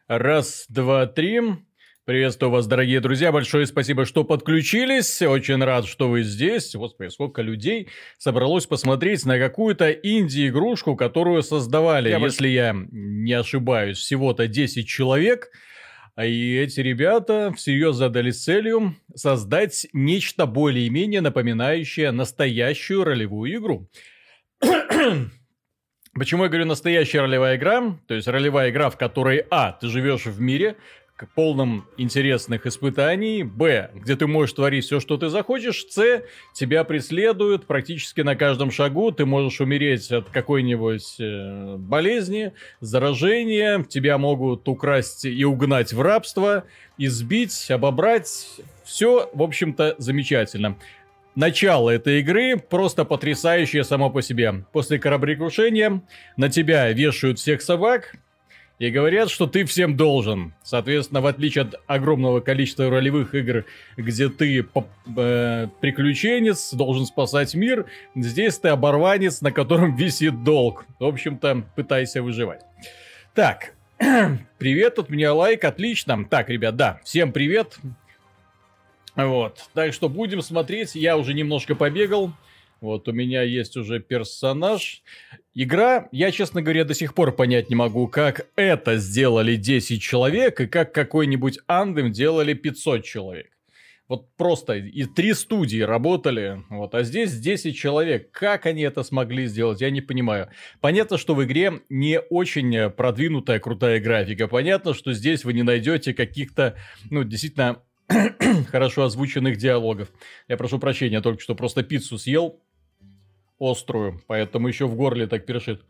Раз, два, три. Приветствую вас, дорогие друзья. Большое спасибо, что подключились. Очень рад, что вы здесь. Господи, сколько людей собралось посмотреть на какую-то инди-игрушку, которую создавали, если я не ошибаюсь, всего-то 10 человек. И эти ребята всерьез задались целью создать нечто более-менее напоминающее настоящую ролевую игру. Почему я говорю настоящая ролевая игра? То есть ролевая игра, в которой ты живешь в мире, полном интересных испытаний, где ты можешь творить все, что ты захочешь, тебя преследуют практически на каждом шагу, ты можешь умереть от какой-нибудь болезни, заражения, тебя могут украсть и угнать в рабство, избить, обобрать, все, в общем-то, замечательно. Начало этой игры просто потрясающее само по себе. После кораблекрушения на тебя вешают всех собак и говорят, что ты всем должен. Соответственно, в отличие от огромного количества ролевых игр, где ты приключенец, должен спасать мир, здесь ты оборванец, на котором висит долг. В общем-то, пытайся выживать. Так, привет, от меня лайк, отлично. Так, ребят, да, всем привет. Вот, так что будем смотреть, я уже немножко побегал, вот у меня есть уже персонаж. Игра, я, честно говоря, до сих пор понять не могу, как это сделали 10 человек и как какой-нибудь Anthem делали 500 человек. Вот просто и 3 студии работали, вот, а здесь 10 человек. Как они это смогли сделать, я не понимаю. Понятно, что в игре не очень продвинутая крутая графика. Понятно, что здесь вы не найдете каких-то, действительно хорошо озвученных диалогов. Я прошу прощения, только что просто пиццу съел острую, поэтому еще в горле так першит.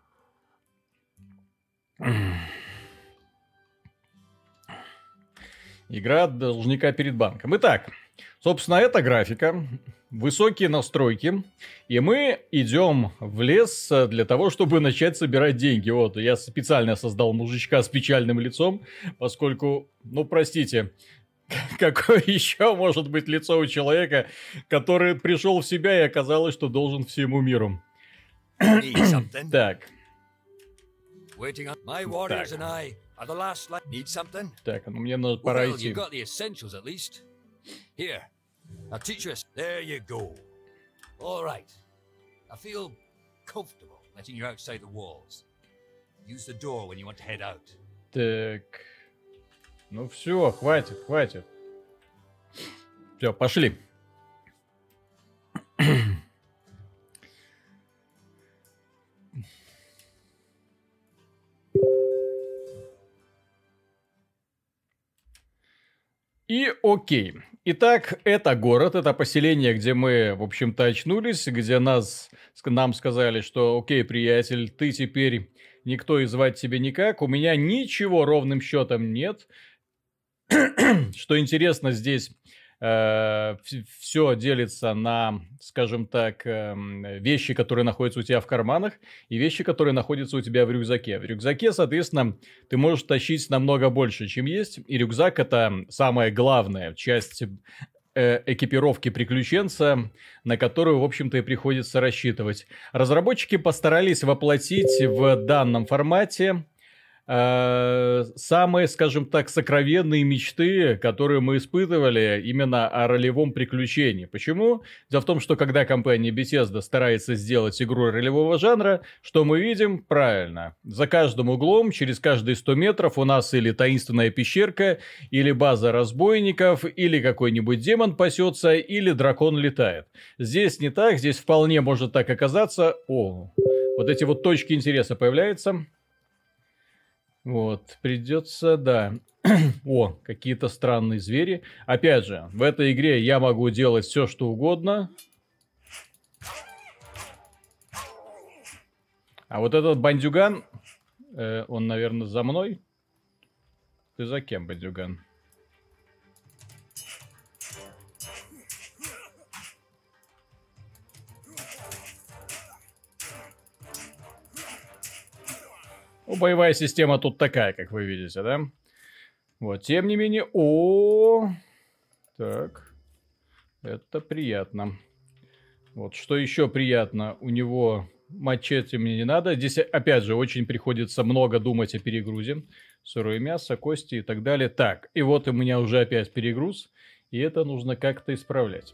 Игра должника перед банком. Итак, собственно, это графика, высокие настройки, и мы идем в лес для того, чтобы начать собирать деньги. Вот, я специально создал мужичка с печальным лицом, поскольку, простите, какое еще может быть лицо у человека, который пришел в себя и оказалось, что должен всему миру? Так. Так, мне надо пора идти. Так. Ну все, хватит. Все, пошли. И окей. Итак, это город, это поселение, где мы, в общем-то, очнулись, где нам сказали, что окей, приятель, ты теперь никто и звать тебя никак, у меня ничего ровным счетом нет. Что интересно, здесь все делится на, скажем так, вещи, которые находятся у тебя в карманах, и вещи, которые находятся у тебя в рюкзаке. В рюкзаке, соответственно, ты можешь тащить намного больше, чем есть, и рюкзак — это самая главная часть экипировки приключенца, на которую, в общем-то, и приходится рассчитывать. Разработчики постарались воплотить в данном формате самые, скажем так, сокровенные мечты, которые мы испытывали именно о ролевом приключении. Почему? Дело в том, что когда компания Bethesda старается сделать игру ролевого жанра, что мы видим? Правильно. За каждым углом, через каждые 100 метров у нас или таинственная пещерка, или база разбойников, или какой-нибудь демон пасется, или дракон летает. Здесь не так, здесь вполне может так оказаться. Вот эти вот точки интереса появляются. Вот, придется, да. Какие-то странные звери. Опять же, в этой игре я могу делать все, что угодно. А вот этот бандюган, он, наверное, за мной. Ты за кем, бандюган? Боевая система тут такая, как вы видите, да? Вот, тем не менее... Так. Это приятно. Вот, что еще приятно, у него Мачете мне не надо. Здесь, опять же, очень приходится много думать о перегрузе. Сырое мясо, кости и так далее. Так, и вот у меня уже опять перегруз. И это нужно как-то исправлять.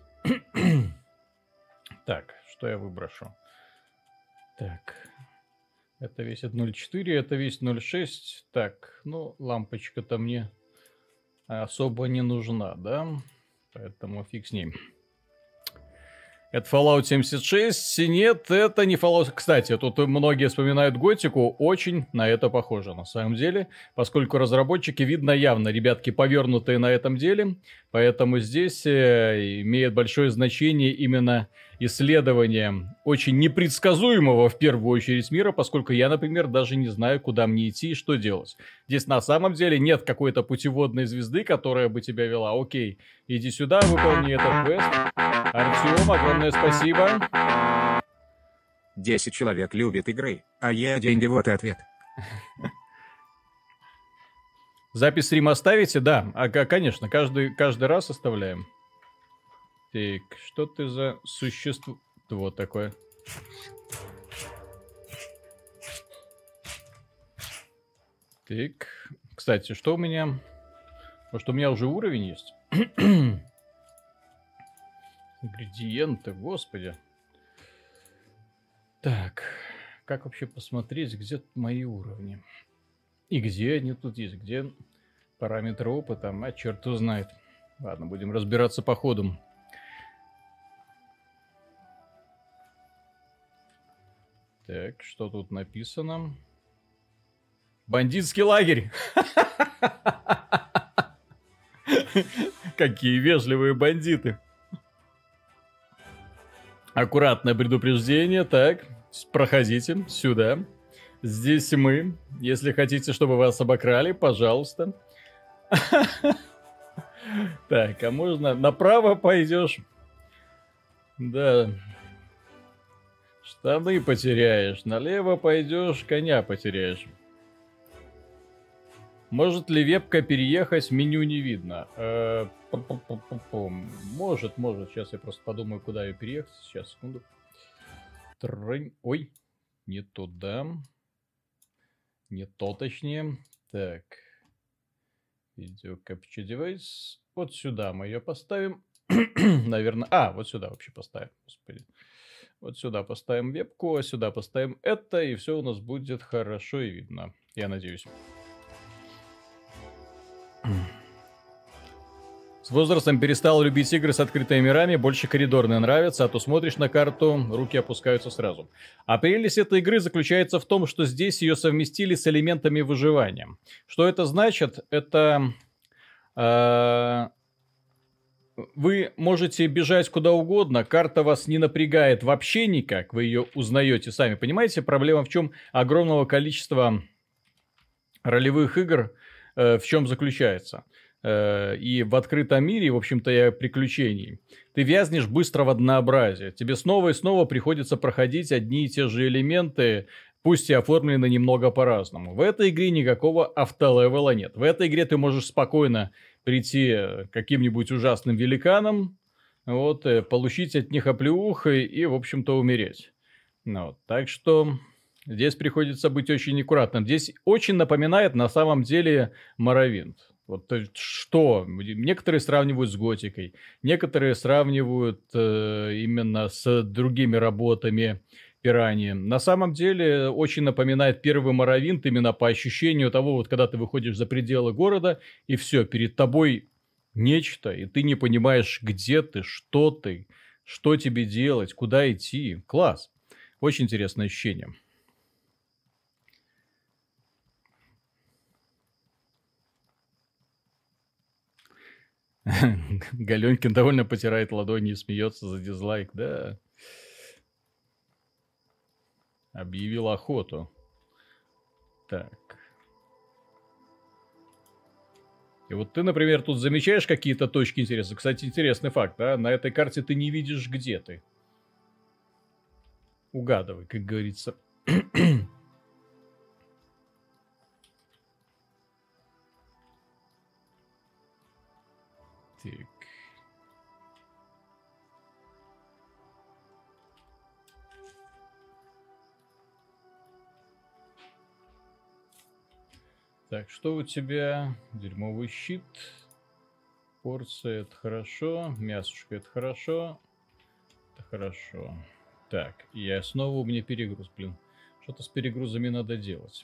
Так, что я выброшу? Так, это весит 0,4, это весит 0,6. Так, ну, лампочка-то мне особо не нужна, да? Поэтому фиг с ним. Это Fallout 76. Нет, это не Fallout. Кстати, тут многие вспоминают Готику. Очень на это похоже, на самом деле. Поскольку разработчики, видно явно, ребятки повернутые на этом деле. Поэтому здесь имеет большое значение именно исследование очень непредсказуемого, в первую очередь, мира. Поскольку я, например, даже не знаю, куда мне идти и что делать. Здесь на самом деле нет какой-то путеводной звезды, которая бы тебя вела. Окей, иди сюда, выполни этот квест. Артем, огромное спасибо. 10 человек любят игры, а я деньги, вот и ответ. Запись стрима оставите? Да, конечно, каждый раз оставляем. Так, что ты за существо? Вот такое. Так, кстати, что у меня? Может, у меня уже уровень есть? Ингредиенты, господи. Так, как вообще посмотреть, где мои уровни? И где они тут есть? Где параметры опыта? А черт его знает. Ладно, будем разбираться по ходу. Так, что тут написано? Бандитский лагерь! Какие вежливые бандиты. Аккуратное предупреждение. Так, проходите сюда. Здесь мы. Если хотите, чтобы вас обокрали, пожалуйста. Так, а можно направо пойдешь? Да. Штаны потеряешь. Налево пойдешь, коня потеряешь. Может ли вебка переехать? Меню не видно. Может. Сейчас я просто подумаю, куда ее переехать. Сейчас, секунду. Ой, не туда. Не то, точнее. Так. Видео Capture Device. Вот сюда мы ее поставим. Наверное. Вот сюда вообще поставим. Господи. Вот сюда поставим вебку, а сюда поставим это, и все у нас будет хорошо и видно. Я надеюсь. С возрастом перестал любить игры с открытыми мирами, больше коридорные нравятся, а то смотришь на карту, руки опускаются сразу. А прелесть этой игры заключается в том, что здесь ее совместили с элементами выживания. Что это значит? Это... Вы можете бежать куда угодно, карта вас не напрягает вообще никак, вы ее узнаете сами. Понимаете, проблема в чем? Огромного количества ролевых игр в чем заключается? И в открытом мире, в общем-то, и приключений. Ты вязнешь быстро в однообразие. Тебе снова и снова приходится проходить одни и те же элементы, пусть и оформлены немного по-разному. В этой игре никакого автолевела нет. В этой игре ты можешь спокойно прийти каким-нибудь ужасным великаном, вот, получить от них оплеух и, в общем-то, умереть. Вот, так что здесь приходится быть очень аккуратным. Здесь очень напоминает на самом деле Morrowind. Вот что? Некоторые сравнивают с Готикой, некоторые сравнивают именно с другими работами Пираньи. На самом деле очень напоминает первый Morrowind именно по ощущению того, вот когда ты выходишь за пределы города, и все, перед тобой нечто, и ты не понимаешь, где ты, что тебе делать, куда идти. Класс. Очень интересное ощущение. Галенкин довольно потирает ладони и смеется за дизлайк, да. Объявил охоту. Так. И вот ты, например, тут замечаешь какие-то точки интереса. Кстати, интересный факт, да? На этой карте ты не видишь, где ты. Угадывай, как говорится. Так. Так, что у тебя? Дерьмовый щит. Порция, это хорошо. Мясушка, это хорошо. Это хорошо. Так, и снова у меня перегруз, блин. Что-то с перегрузами надо делать.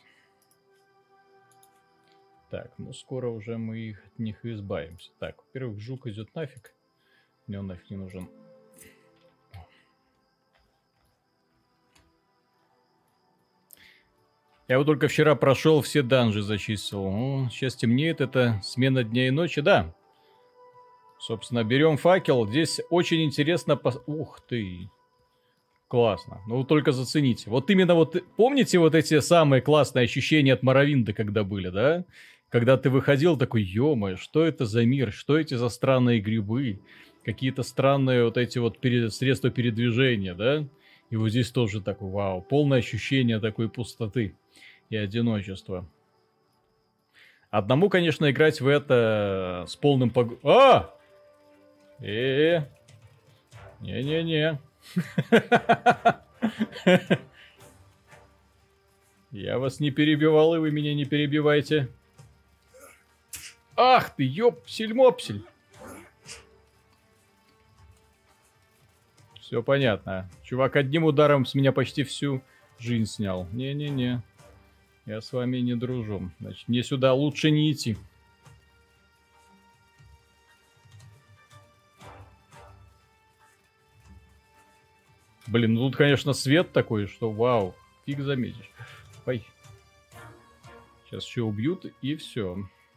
Так, ну скоро уже мы от них и избавимся. Так, во-первых, жук идет нафиг. Мне он нафиг не нужен. Я вот только вчера прошел, все данжи зачистил. Ну, сейчас темнеет, это смена дня и ночи, да. Собственно, берем факел. Здесь очень интересно... Ух ты! Классно. Ну, вы только зацените. Вот именно вот... Помните вот эти самые классные ощущения от Моровинда, когда были, да? Когда ты выходил такой, ё-моё, что это за мир? Что эти за странные грибы? Какие-то странные вот эти вот средства передвижения, да? И вот здесь тоже такой, вау, полное ощущение такой пустоты и одиночества. Одному, конечно, играть в это с полным Не-не-не. Я вас не перебивал, и вы меня не перебивайте. Ах ты, ёпсель-мопсель. Все понятно. Чувак одним ударом с меня почти всю жизнь снял. Не-не-не. Я с вами не дружу. Значит, мне сюда лучше не идти. Блин, ну тут, конечно, свет такой, что вау. Фиг заметишь. Ой. Сейчас еще убьют, и все.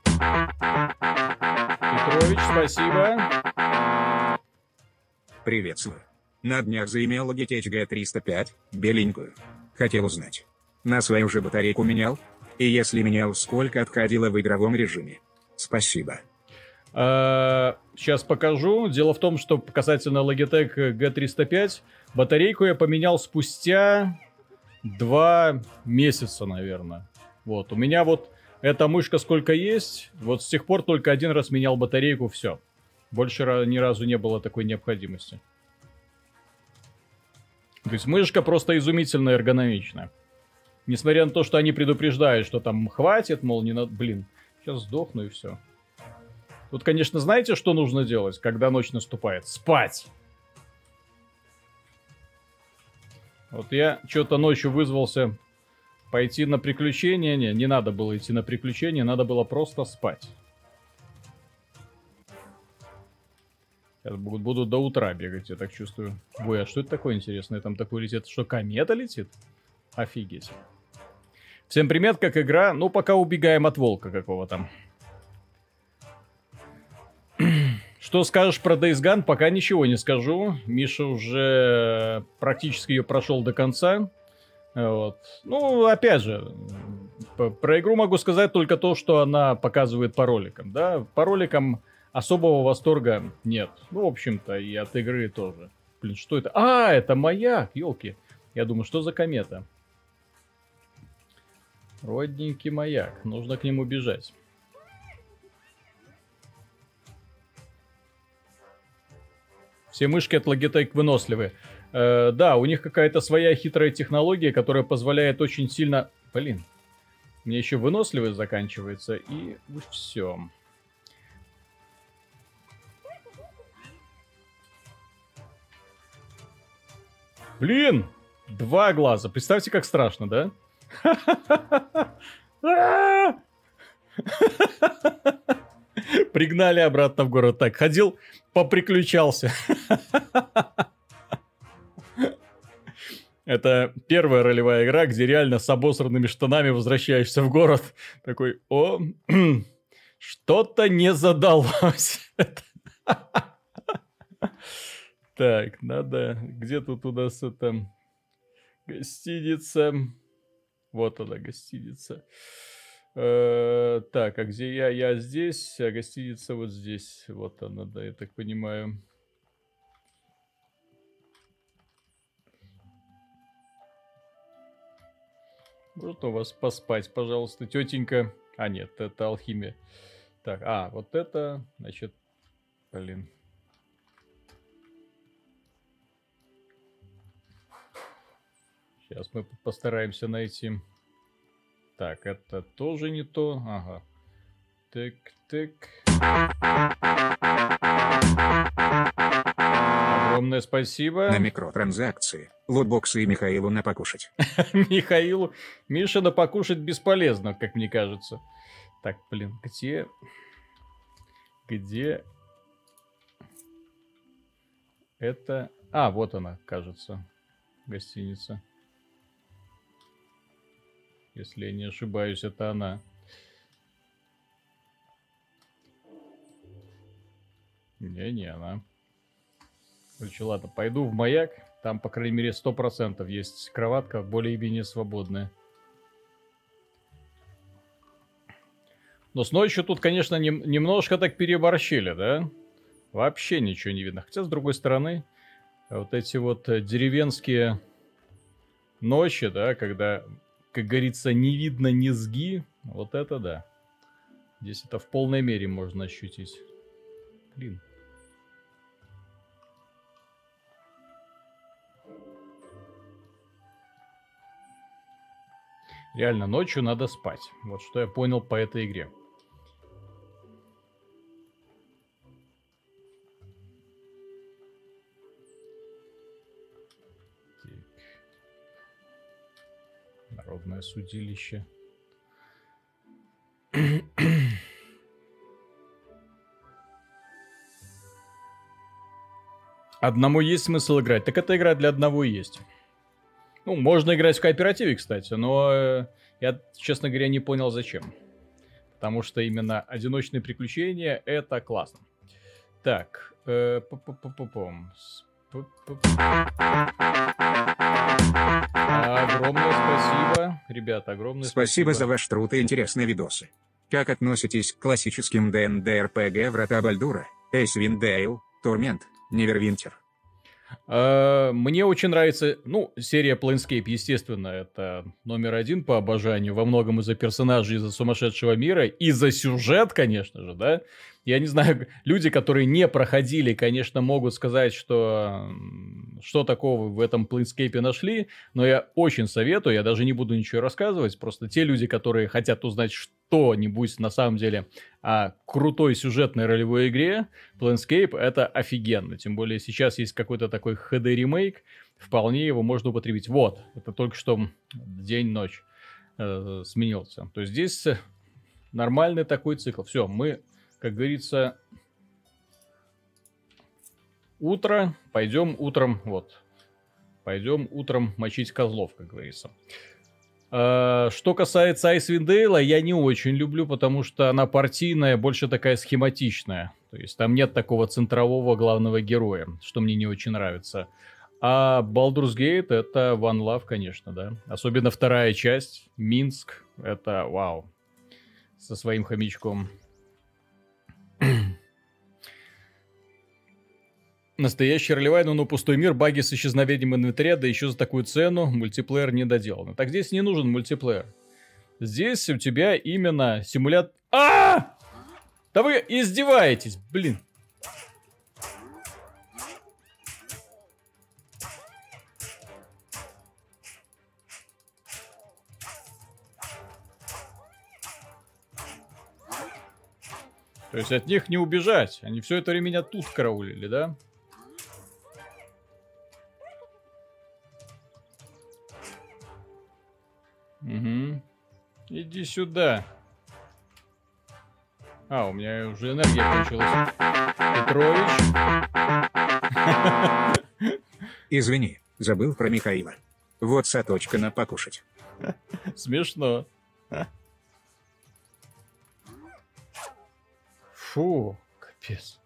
Петрович, спасибо. Приветствую. На днях заимел Logitech G305, беленькую. Хотел узнать. На свою же батарейку менял? И если менял, сколько отходило в игровом режиме? Спасибо. Сейчас покажу. Дело в том, что касательно Logitech G305, батарейку я поменял спустя 2 месяца, наверное. Вот, у меня вот эта мышка сколько есть, вот с тех пор только один раз менял батарейку, все. Больше ни разу не было такой необходимости. То есть мышка просто изумительно эргономичная. Несмотря на то, что они предупреждают, что там хватит, мол, не надо... Блин, сейчас сдохну и все. Тут, конечно, знаете, что нужно делать, когда ночь наступает? Спать! Вот я что-то ночью вызвался пойти на приключения. Не надо было идти на приключения, надо было просто спать. Сейчас буду до утра бегать, я так чувствую. Ой, а что это такое интересное? Там такое летит, что комета летит? Офигеть. Всем привет, как игра. Ну, пока убегаем от волка какого-то. Что скажешь про Days Gone? Пока ничего не скажу. Миша уже практически ее прошел до конца. Вот. Ну, опять же, про игру могу сказать только то, что она показывает по роликам. Да? По роликам особого восторга нет. Ну, в общем-то, и от игры тоже. Блин, что это? А, это маяк, елки. Я думаю, что за комета? Родненький маяк. Нужно к нему бежать. Все мышки от Logitech выносливы. Да, у них какая-то своя хитрая технология, которая позволяет очень сильно... Блин, у меня еще выносливость заканчивается, и все. Блин, 2 глаза. Представьте, как страшно, да? Пригнали обратно в город. Так, ходил, поприключался. Это первая ролевая игра, где реально с обосранными штанами возвращаешься в город. Такой, о, что-то не задалось. Так, надо... Где тут у нас это... Гостиница. Вот она, гостиница. Так, а где я? Я здесь, а гостиница вот здесь. Вот она, да, я так понимаю. Можно у вас поспать, пожалуйста, тетенька? А, нет, это алхимия. Так, вот это, значит, блин. Сейчас мы постараемся найти. Так, это тоже не то. Ага. Так, так. Огромное На спасибо. микротранзакции, лутбоксы и Михаилу на покушать. Михаилу. Миша на покушать бесполезно, как мне кажется. Так, блин, где... Где... Это... А, вот она, кажется. Гостиница. Если я не ошибаюсь, это она. Не она. Короче, ладно, пойду в маяк. Там, по крайней мере, 100% есть кроватка более-менее свободная. Но с ночью тут, конечно, немножко так переборщили, да? Вообще ничего не видно. Хотя, с другой стороны, вот эти вот деревенские ночи, да, когда, как говорится, не видно низги, вот это да. Здесь это в полной мере можно ощутить. Блин. Реально, ночью надо спать. Вот что я понял по этой игре. Так. Народное судилище. Одному есть смысл играть. Так эта игра для одного и есть. Ну, можно играть в кооперативе, кстати, но я, честно говоря, не понял, зачем. Потому что именно одиночные приключения — это классно. Так. Огромное спасибо. Ребята, огромное Спасибо спасибо. за ваш труд и интересные видосы. Как относитесь к классическим ДНД-РПГ Врата Бальдура, Эйсвинд Дейл, Тормент, Невервинтер? Мне очень нравится, ну, серия Planescape, естественно, это номер один по обожанию, во многом из-за персонажей, из-за сумасшедшего мира, и за сюжет, конечно же, да. Я не знаю, люди, которые не проходили, конечно, могут сказать, что такого в этом Planescape нашли, но я очень советую, я даже не буду ничего рассказывать, просто те люди, которые хотят узнать что-нибудь на самом деле о крутой сюжетной ролевой игре, Planescape — это офигенно. Тем более сейчас есть какой-то такой HD-ремейк, вполне его можно употребить. Вот, это только что день-ночь сменился. То есть здесь нормальный такой цикл. Все, мы, как говорится, утро, пойдем утром, вот, пойдем утром мочить козлов, как говорится. Что касается Icewind Dale, я не очень люблю, потому что она партийная, больше такая схематичная. То есть там нет такого центрового главного героя, что мне не очень нравится. А Baldur's Gate — это One Love, конечно, да. Особенно вторая часть, Минск, это вау. Со своим хомячком. Настоящий ролевая, но пустой мир, баги с исчезновением инвентаря, да еще за такую цену, мультиплеер не доделан. Так здесь не нужен мультиплеер. Здесь у тебя именно симулятор... А! Да вы издеваетесь, блин. То есть от них не убежать. Они все это время меня тут караулили, да? Угу. Иди сюда. А, у меня уже энергия кончилась. Петрович. Извини, забыл про Михаила. Вот саточка на покушать. Смешно. Фу, капец.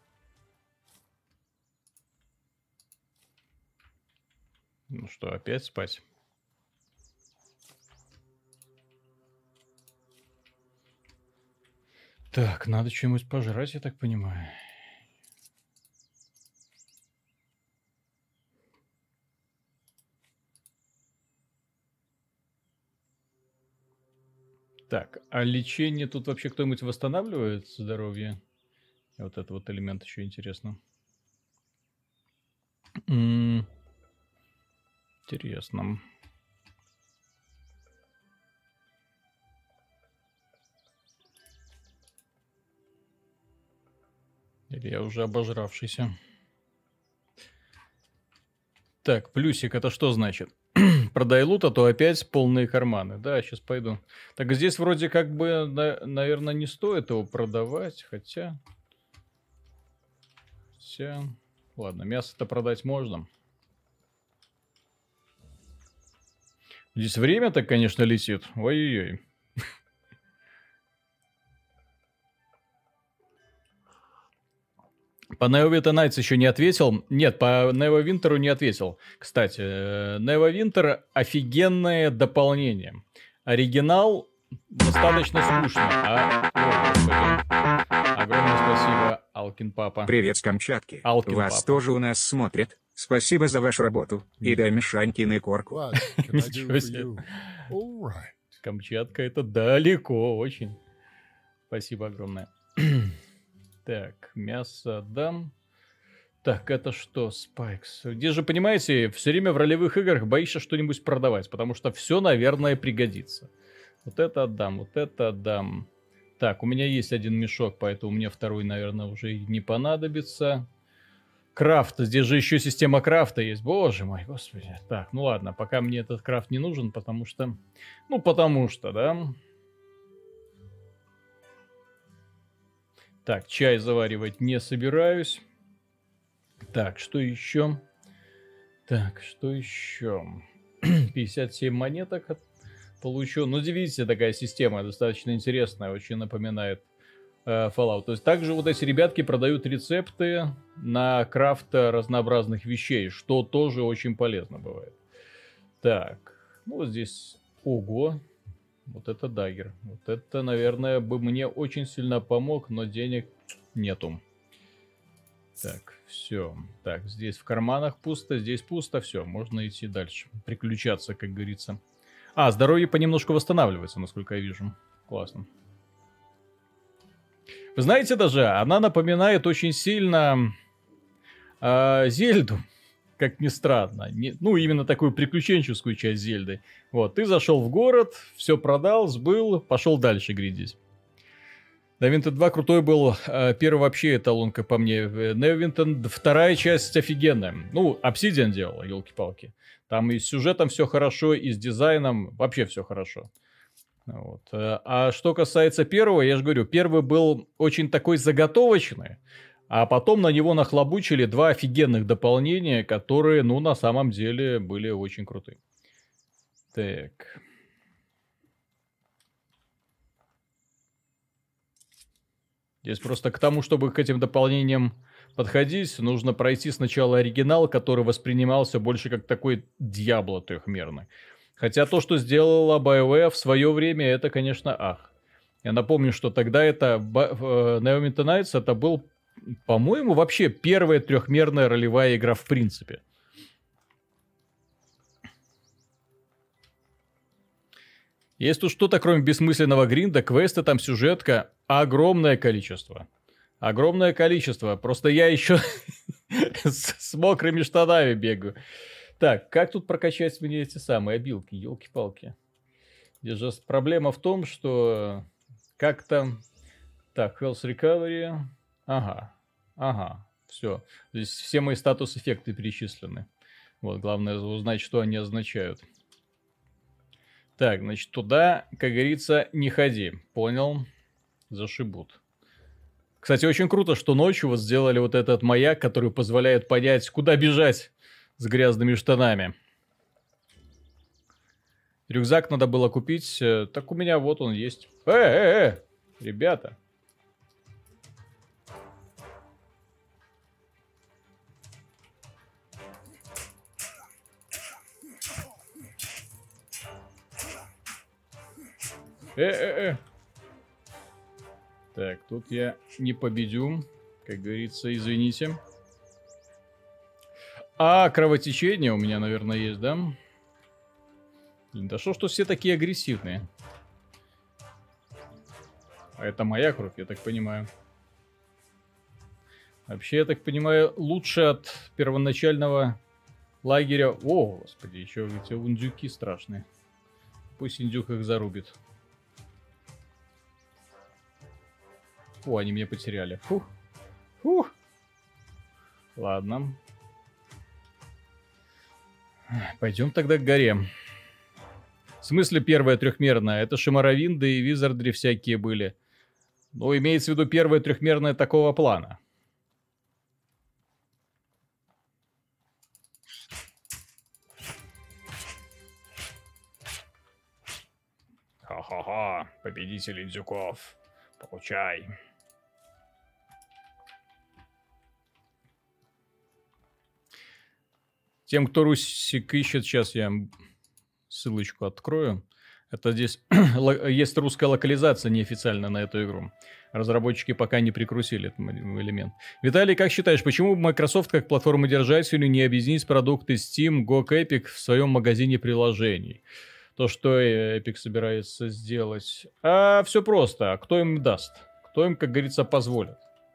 Ну что, опять спать? Так, надо что-нибудь пожрать, я так понимаю. Так, а лечение тут вообще кто-нибудь восстанавливает здоровье? Вот это вот элемент еще интересно. Интересно. Или я уже обожравшийся? Так, плюсик, это что значит? Продай лут, а то опять полные карманы. Да, сейчас пойду. Так здесь вроде как бы, наверное, не стоит его продавать, хотя... Ладно, мясо-то продать можно. Здесь время-то, конечно, летит. Ой-ой-ой. По Neverwinter Nights еще не ответил. Нет, по Neverwinter не ответил. Кстати, Neverwinter офигенное дополнение. Оригинал достаточно скучно. Огромное спасибо, Алкин Папа. Привет с Камчатки. Алкин Вас Папа. тоже у нас смотрят. Спасибо за вашу работу. И дай Мишанькин и корку. What can I do Ничего for себе. you? All right. Камчатка это далеко очень. Спасибо огромное. Так, мясо дам. Так, это что, Спайкс? Здесь же, понимаете, все время в ролевых играх боишься что-нибудь продавать, потому что все, наверное, пригодится. Вот это отдам, вот это отдам. Так, у меня есть один мешок, поэтому мне второй, наверное, уже и не понадобится. Крафт. Здесь же еще система крафта есть. Боже мой, господи. Так, ну ладно, пока мне этот крафт не нужен, потому что... Ну, потому что, да. Так, чай заваривать не собираюсь. Так, что еще? Так, что еще? 57 монеток получу. Ну, видите, такая система достаточно интересная, очень напоминает Fallout. То есть также вот эти ребятки продают рецепты на крафт разнообразных вещей, что тоже очень полезно бывает. Так, ну вот здесь... Ого! Вот это даггер. Вот это, наверное, бы мне очень сильно помог, но денег нету. Так, все. Так, здесь в карманах пусто, здесь пусто. Все, можно идти дальше. Приключаться, как говорится. А, здоровье понемножку восстанавливается, насколько я вижу. Классно. Вы знаете, даже она напоминает очень сильно Зельду. Как ни странно. Ну, именно такую приключенческую часть Зельды. Вот, ты зашел в город, все продал, сбыл, пошел дальше гридить. Neverwinter 2 крутой был. Первый вообще эталонка по мне. Neverwinter вторая часть офигенная. Ну, Obsidian делала, елки-палки. Там и с сюжетом все хорошо, и с дизайном вообще все хорошо. Вот. А что касается первого, я же говорю, первый был очень такой заготовочный. А потом на него нахлобучили два офигенных дополнения, которые, ну, на самом деле были очень крутые. Так. Здесь просто к тому, чтобы к этим дополнениям подходить, нужно пройти сначала оригинал, который воспринимался больше как такой Диабло трехмерный. Хотя то, что сделала BioWare в свое время, это, конечно, ах. Я напомню, что тогда это Neverwinter Nights это был, по-моему, вообще первая трехмерная ролевая игра в принципе. Есть тут что-то, кроме бессмысленного гринда, квесты, там сюжетка, огромное количество. Огромное количество. Просто я еще с мокрыми штанами бегаю. Так, как тут прокачать мне эти самые обилки? Елки-палки. Здесь же проблема в том, что как-то... Так, Health Recovery... Ага, все. Здесь все мои статус-эффекты перечислены. Вот, главное узнать, что они означают. Так, значит, туда, как говорится, не ходи. Понял? Зашибут. Кстати, очень круто, что ночью вот сделали вот этот маяк, который позволяет понять, куда бежать с грязными штанами. Рюкзак надо было купить. Так у меня вот он есть. Ребята. Так, тут я не победю. Как говорится, извините. А, кровотечение у меня, наверное, есть, да? Блин, да что все такие агрессивные? А это моя кровь, я так понимаю. Вообще, я так понимаю, лучше от первоначального лагеря... О, господи, еще эти индюки страшные. Пусть индюк их зарубит. О, они меня потеряли. Фух. Фух. Ладно. Пойдем тогда к горе. В смысле первая трехмерная? Это Шимаровинды и Визардри всякие были. Ну, имеется в виду первая трехмерная такого плана. Ха-ха-ха, победитель индюков. Получай. Тем, кто Русик ищет, сейчас я ссылочку открою. Это здесь есть русская локализация неофициально на эту игру. Разработчики пока не прикрутили этот элемент. Виталий, как считаешь, почему Microsoft как платформодержателю не объединить продукты Steam, GOG, Epic в своем магазине приложений? То, что Epic собирается сделать. А все просто. Кто им даст? Кто им, как говорится, позволит?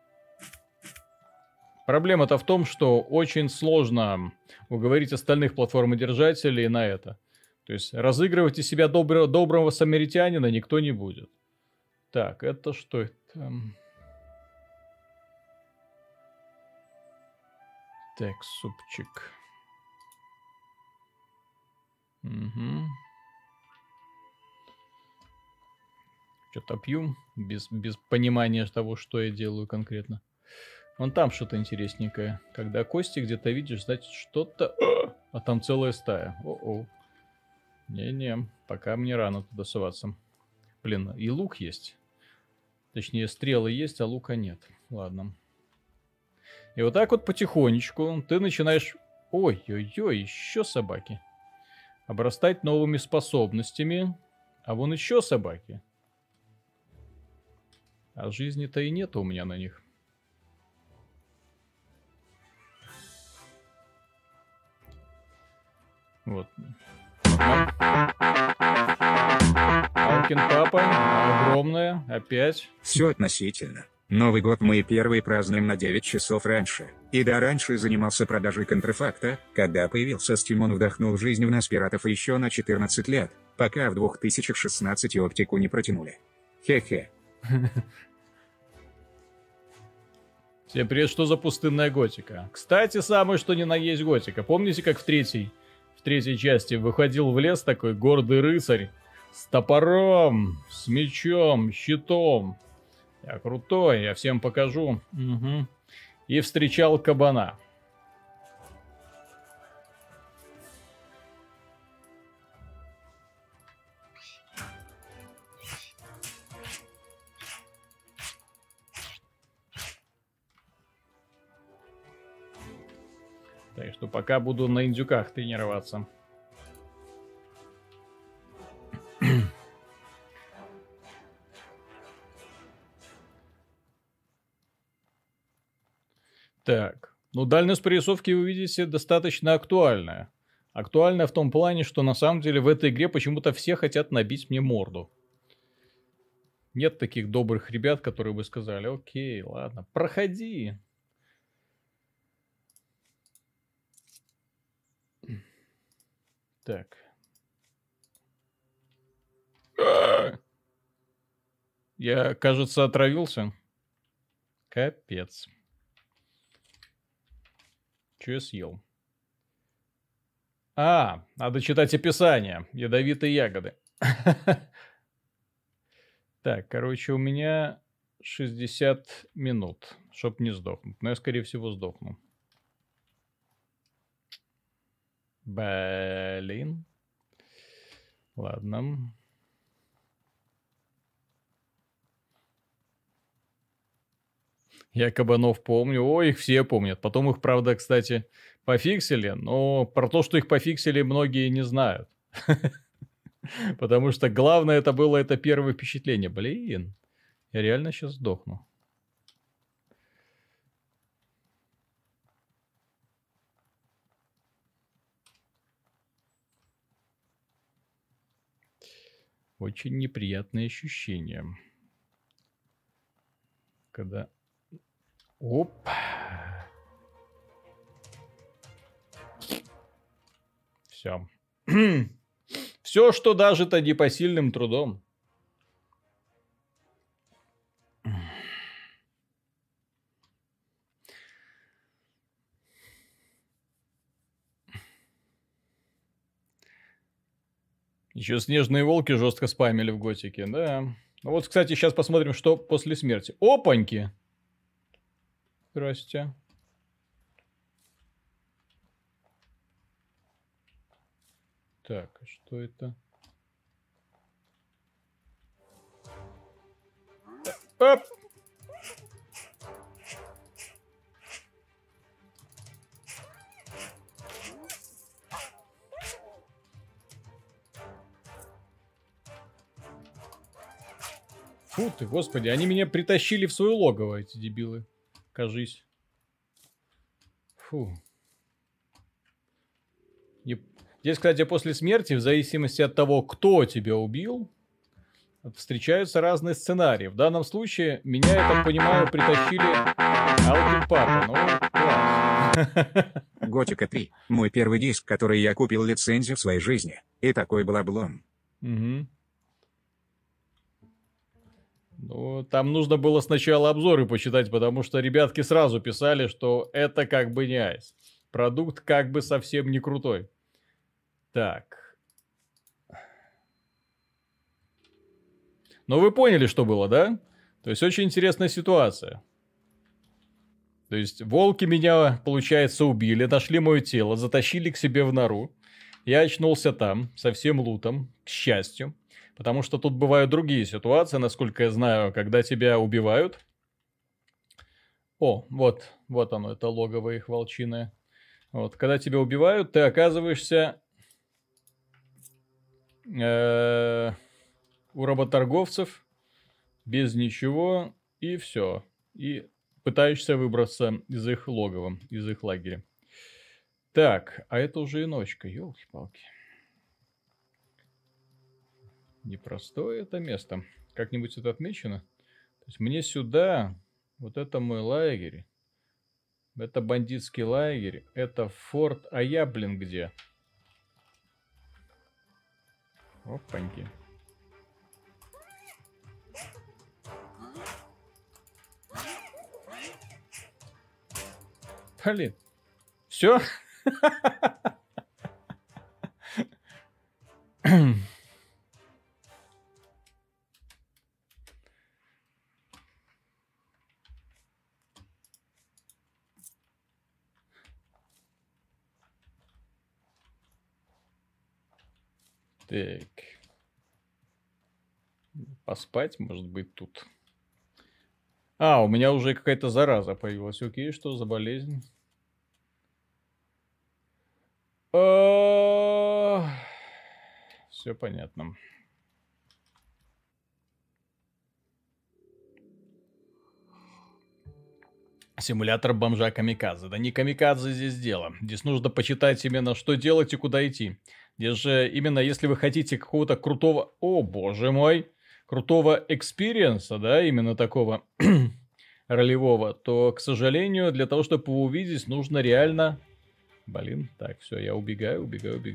Проблема-то в том, что очень сложно уговорить остальных платформодержателей на это. То есть разыгрывать из себя доброго самаритянина никто не будет. Так, это что это? Так, супчик. Угу. Что-то пью, без понимания того, что я делаю конкретно. Вон там что-то интересненькое. Когда кости где-то видишь, значит что-то... А там целая стая. О-о. Не-не, пока мне рано туда соваться. Блин, и лук есть. Точнее, стрелы есть, а лука нет. Ладно. И вот так вот потихонечку ты начинаешь... Ой-ой-ой, еще собаки. Обрастать новыми способностями. А вон еще собаки. А жизни-то и нет у меня на них. Вот. Алкин папа, огромная, опять. Все относительно. Новый год мы первый празднуем на 9 часов раньше. И да, раньше занимался продажей контрафакта. Когда появился Steam, он вдохнул жизнь в нас пиратов еще на 14 лет, пока в 2016 оптику не протянули. Хе-хе. Всем привет, что за пустынная готика? Кстати, самое что ни на есть готика. Помните, как в третьей части выходил в лес такой гордый рыцарь с топором, с мечом, щитом. Я крутой, я всем покажу. Угу. И встречал кабана. Так что пока буду на индюках тренироваться. Так, ну дальность прорисовки вы видите достаточно актуальная. Актуальная в том плане, что на самом деле в этой игре почему-то все хотят набить мне морду. Нет таких добрых ребят, которые бы сказали: окей, ладно, проходи. Так. Я, кажется, отравился. Капец. Что я съел? А, надо читать описание. Ядовитые ягоды. Так, короче, у меня 60 минут, чтоб не сдохнуть. Но я, скорее всего, сдохну. Блин. Ладно. Я кабанов помню. Ой, их все помнят. Потом их, правда, кстати, пофиксили. Но про то, что их пофиксили, многие не знают. Потому что главное это было это первое впечатление. Блин, я реально сейчас сдохну. Очень неприятные ощущения. Когда... Оп. Все. Все, что даже-то непосильным трудом. Еще снежные волки жестко спамили в готике, да. Ну вот, кстати, сейчас посмотрим, что после смерти. Опаньки! Здрасте. Так, а что это? Оп! Фу ты, господи, они меня притащили в свое логово, эти дебилы. Кажись. Фу. И здесь, кстати, после смерти, в зависимости от того, кто тебя убил, встречаются разные сценарии. В данном случае меня, я так понимаю, притащили Алкин Папа. Ну, класс. Готика 3. Мой первый диск, который я купил лицензию в своей жизни. И такой был облом. Угу. Ну, там нужно было сначала обзоры почитать, потому что ребятки сразу писали, что это как бы не айс. Продукт как бы совсем не крутой. Так. Но вы поняли, что было, да? То есть очень интересная ситуация. То есть волки меня, получается, убили, нашли мое тело, затащили к себе в нору. Я очнулся там, со всем лутом, к счастью. Потому что тут бывают другие ситуации, насколько я знаю, когда тебя убивают. О, вот оно, это логово их волчиное. Вот, когда тебя убивают, ты оказываешься у работорговцев без ничего, и все. И пытаешься выбраться из их логова, из их лагеря. Так, а это уже и ночка, елки-палки. Непростое это место. Как-нибудь это отмечено? То есть мне сюда, вот это мой лагерь, это бандитский лагерь, это форт, а я, блин, где? Опаньки. Блин. Все? Так. Поспать, может быть, тут. А, у меня уже какая-то зараза появилась. Окей, что за болезнь? Все понятно. Симулятор бомжа камикадзе. Да не камикадзе здесь дело. Здесь нужно почитать именно, что делать и куда идти. Здесь же именно, если вы хотите какого-то крутого... О, боже мой! Крутого экспириенса, да, именно такого ролевого, то, к сожалению, для того, чтобы его увидеть, нужно реально... Блин, так, все, я убегаю.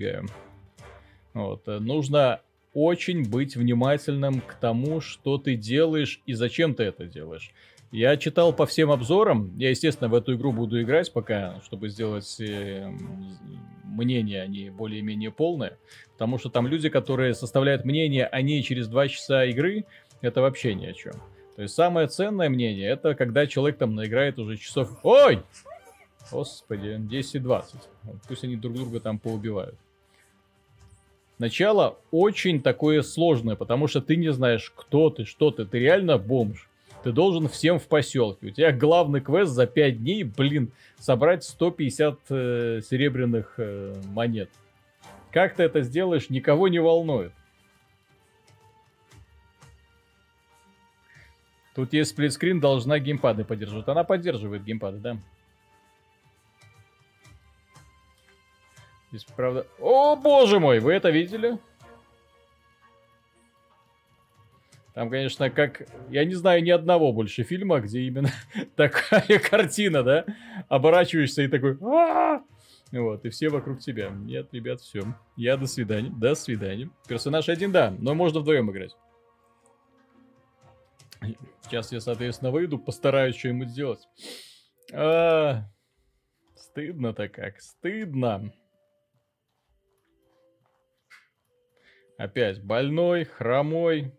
Вот, нужно очень быть внимательным к тому, что ты делаешь и зачем ты это делаешь. Я читал по всем обзорам. Я, естественно, в эту игру буду играть пока, чтобы сделать мнение, они более-менее полное. Потому что там люди, которые составляют мнение о ней через 2 часа игры, это вообще ни о чем. То есть самое ценное мнение, это когда человек там наиграет уже часов... Ой! Господи, 10-20. Пусть они друг друга там поубивают. Начало очень такое сложное, потому что ты не знаешь, кто ты, что ты. Ты реально бомж. Ты должен всем в поселке. У тебя главный квест за 5 дней, блин, собрать 150 серебряных монет. Как ты это сделаешь, никого не волнует. Тут есть сплитскрин, должна геймпады поддерживать. Она поддерживает геймпады, да. Здесь, правда... О, боже мой, вы это видели? Там, конечно, как... Я не знаю ни одного больше фильма, где именно такая картина, да? Оборачиваешься и такой... Вот, и все вокруг тебя. Нет, ребят, все. Я до свидания. До свидания. Персонаж один, да, но можно вдвоем играть. Сейчас я, соответственно, выйду, постараюсь что-нибудь сделать. Стыдно-то как, стыдно. Опять больной, хромой.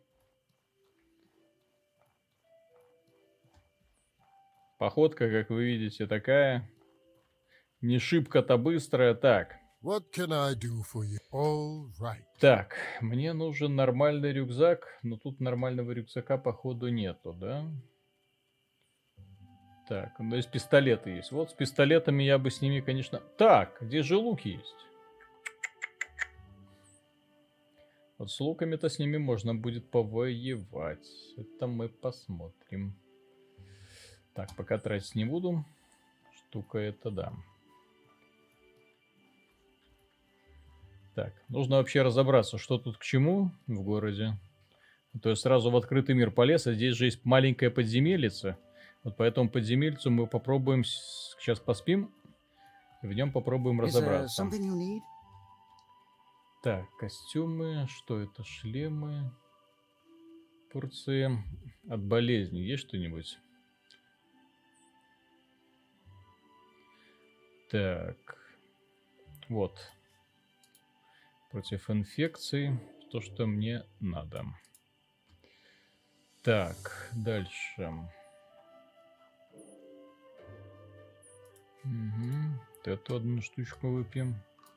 Походка, как вы видите, такая. Не шибко-то быстрая. Так. What can I do for you? All right. Так, мне нужен нормальный рюкзак, но тут нормального рюкзака походу нету, да? Так, ну есть пистолеты есть. Вот с пистолетами я бы с ними, конечно... Так, где же лук есть? Вот с луками-то с ними можно будет повоевать. Это мы посмотрим. Так, пока тратить не буду. Штука это да. Так, нужно вообще разобраться, что тут к чему в городе. То есть сразу в открытый мир полез, а здесь же есть маленькая подземельица. Вот по этому подземельцу мы попробуем... Сейчас поспим. И в нем попробуем разобраться. Так, костюмы. Что это? Шлемы. Порции от болезни. Есть что-нибудь? Так. Вот. Против инфекции. То, что мне надо. Так, дальше. Угу. Вот эту одну штучку выпьем.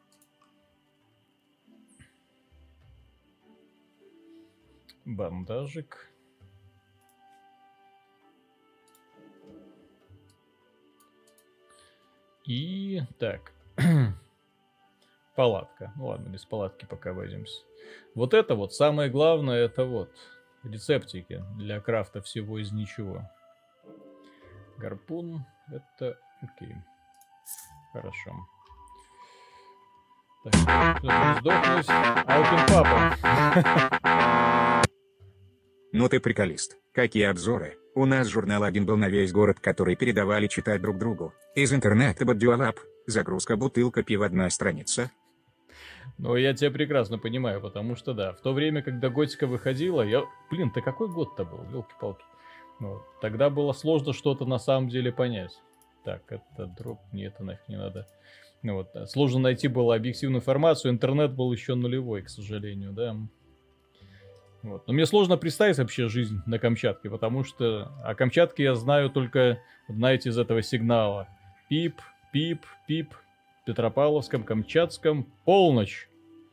Бандажик. И так. Палатка. Ну ладно, без палатки пока обойдемся. Вот это вот самое главное, это вот рецептики для крафта всего из ничего. Гарпун. Это окей. Хорошо. Так, чтобы не сдохнуть. Алкин папа. Ну ты приколист. Какие обзоры? У нас журнал один был на весь город, который передавали читать друг другу. Из интернета бодюалап. Загрузка бутылка пива 1 страница. Ну, я тебя прекрасно понимаю, потому что, да, в то время, когда Готика выходила, я... Блин, ты какой год-то был? Ёлки-палки. Ну, тогда было сложно что-то на самом деле понять. Так, это дроп, мне это нафиг не надо. Ну, вот, сложно найти было объективную информацию, интернет был еще нулевой, к сожалению, да. Вот. Но мне сложно представить вообще жизнь на Камчатке, потому что о Камчатке я знаю только, знаете, из этого сигнала. Пип, пип, пип. Петропавловском, Камчатском, полночь.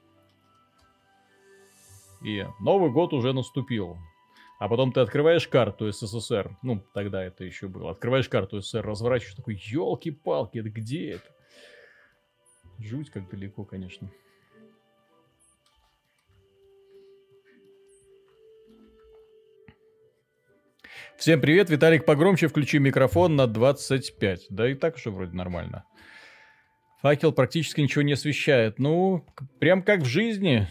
И Новый год уже наступил. А потом ты открываешь карту СССР. Ну, тогда это еще было. Открываешь карту СССР, разворачиваешь, такой, елки-палки, это где это? Жуть, как далеко, конечно. Всем привет, Виталик, погромче включи микрофон на 25. Да и так уже вроде нормально. Факел практически ничего не освещает. Ну, прям как в жизни.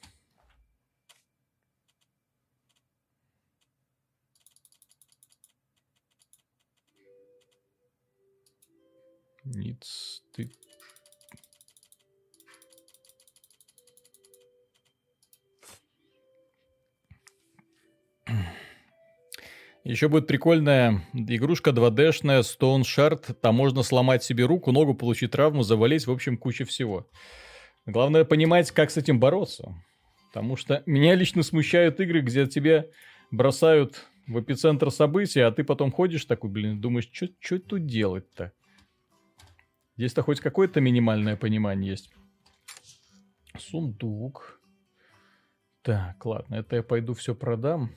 Ниц, ты... Еще будет прикольная игрушка 2D-шная Stone Shard. Там можно сломать себе руку, ногу, получить травму, заболеть. В общем, куча всего. Главное понимать, как с этим бороться. Потому что меня лично смущают игры, где тебя бросают в эпицентр события, а ты потом ходишь такой, блин, думаешь, что тут делать-то? Здесь-то хоть какое-то минимальное понимание есть. Сундук. Так, ладно, это я пойду все продам.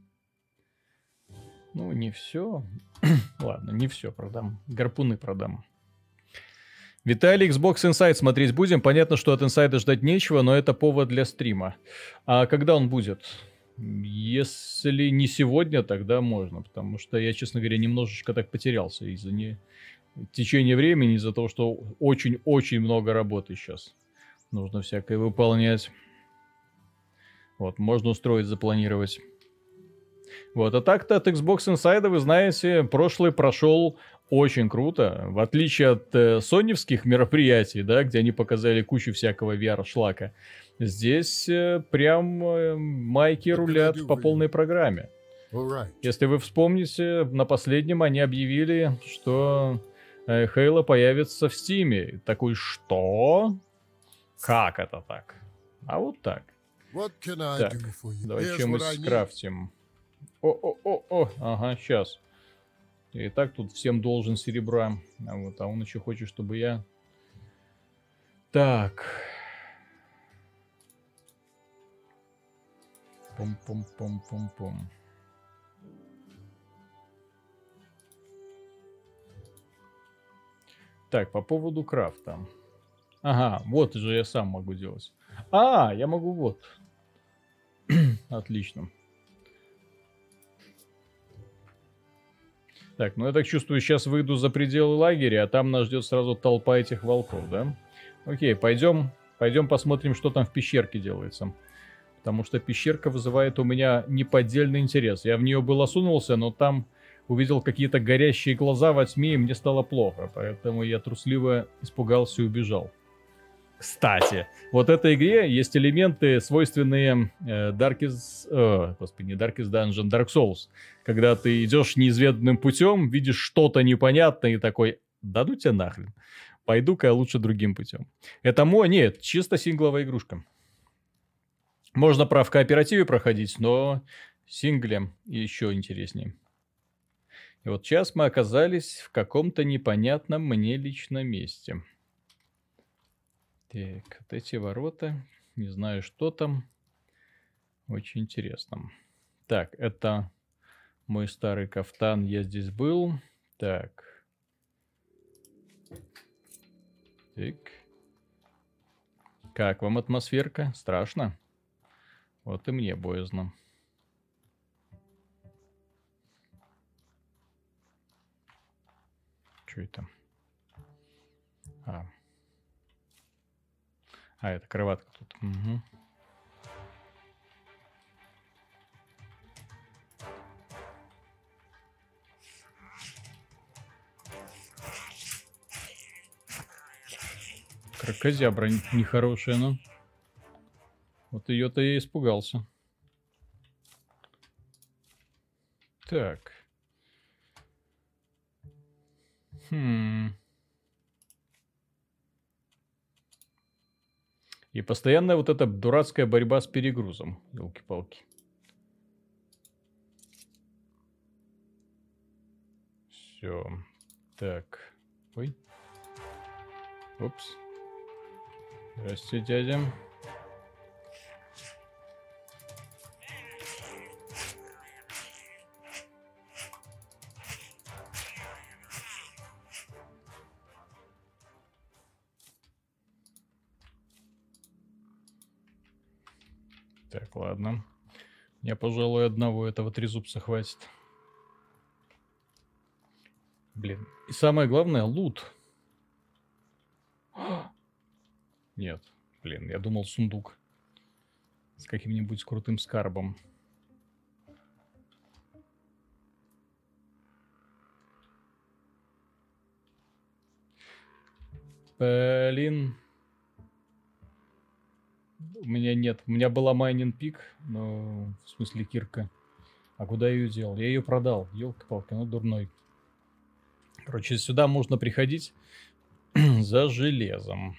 Ну, не все. Ладно, не все продам. Гарпуны продам. Виталий, Xbox Inside смотреть будем. Понятно, что от Inside ждать нечего, но это повод для стрима. А когда он будет? Если не сегодня, тогда можно. Потому что я, честно говоря, немножечко так потерялся из-за течения времени, из-за того, что очень-очень много работы сейчас. Нужно всякое выполнять. Вот, можно устроить, запланировать. Вот, а так-то от Xbox Inside, вы знаете, прошлый прошел очень круто. В отличие от соневских мероприятий, да, где они показали кучу всякого VR-шлака. Здесь прям майки рулят по полной программе. Если вы вспомните, на последнем они объявили, что Halo появится в Steam. Такой, что? Как это так? А вот так. What can I Так, do for you? давай Here's чем мы what I need. скрафтим. О, ага, сейчас. Я и так тут всем должен серебра. А он еще хочет, чтобы я... Так. Пум-пум-пум-пум-пум. Так, по поводу крафта. Ага, вот же я сам могу делать. Я могу вот. Отлично. Так, ну я так чувствую, сейчас выйду за пределы лагеря, а там нас ждет сразу толпа этих волков, да? Окей, пойдем посмотрим, что там в пещерке делается. Потому что пещерка вызывает у меня неподдельный интерес. Я в нее было сунулся, но там увидел какие-то горящие глаза во тьме, и мне стало плохо. Поэтому я трусливо испугался и убежал. Кстати, вот в этой игре есть элементы, свойственные Darkest Dungeon, Dark Souls. Когда ты идешь неизведанным путем, видишь что-то непонятное и такой, да ну тебя нахрен, пойду-ка я лучше другим путем. Нет, чисто сингловая игрушка. Можно в кооперативе проходить, но синглем еще интереснее. И вот сейчас мы оказались в каком-то непонятном мне лично месте. Так, вот эти ворота. Не знаю, что там. Очень интересно. Так, это мой старый кафтан. Я здесь был. Так. Так. Как вам атмосферка? Страшно? Вот и мне боязно. Что это? Это кроватка тут. Угу. Кракозябра нехорошая, ну. Вот ее-то я испугался. Так. И постоянная вот эта дурацкая борьба с перегрузом. Ёлки-палки. Все. Так. Ой. Упс. Здрасте, дядя. Так, ладно. Мне, пожалуй, одного этого трезубца хватит. Блин. И самое главное, лут. Нет. Блин, я думал сундук. С каким-нибудь крутым скарбом. Блин. У меня нет. У меня была майнинг пик, но в смысле кирка. А куда я ее делал? Я ее продал. Ёлки-палки, ну дурной. Короче, сюда можно приходить за железом.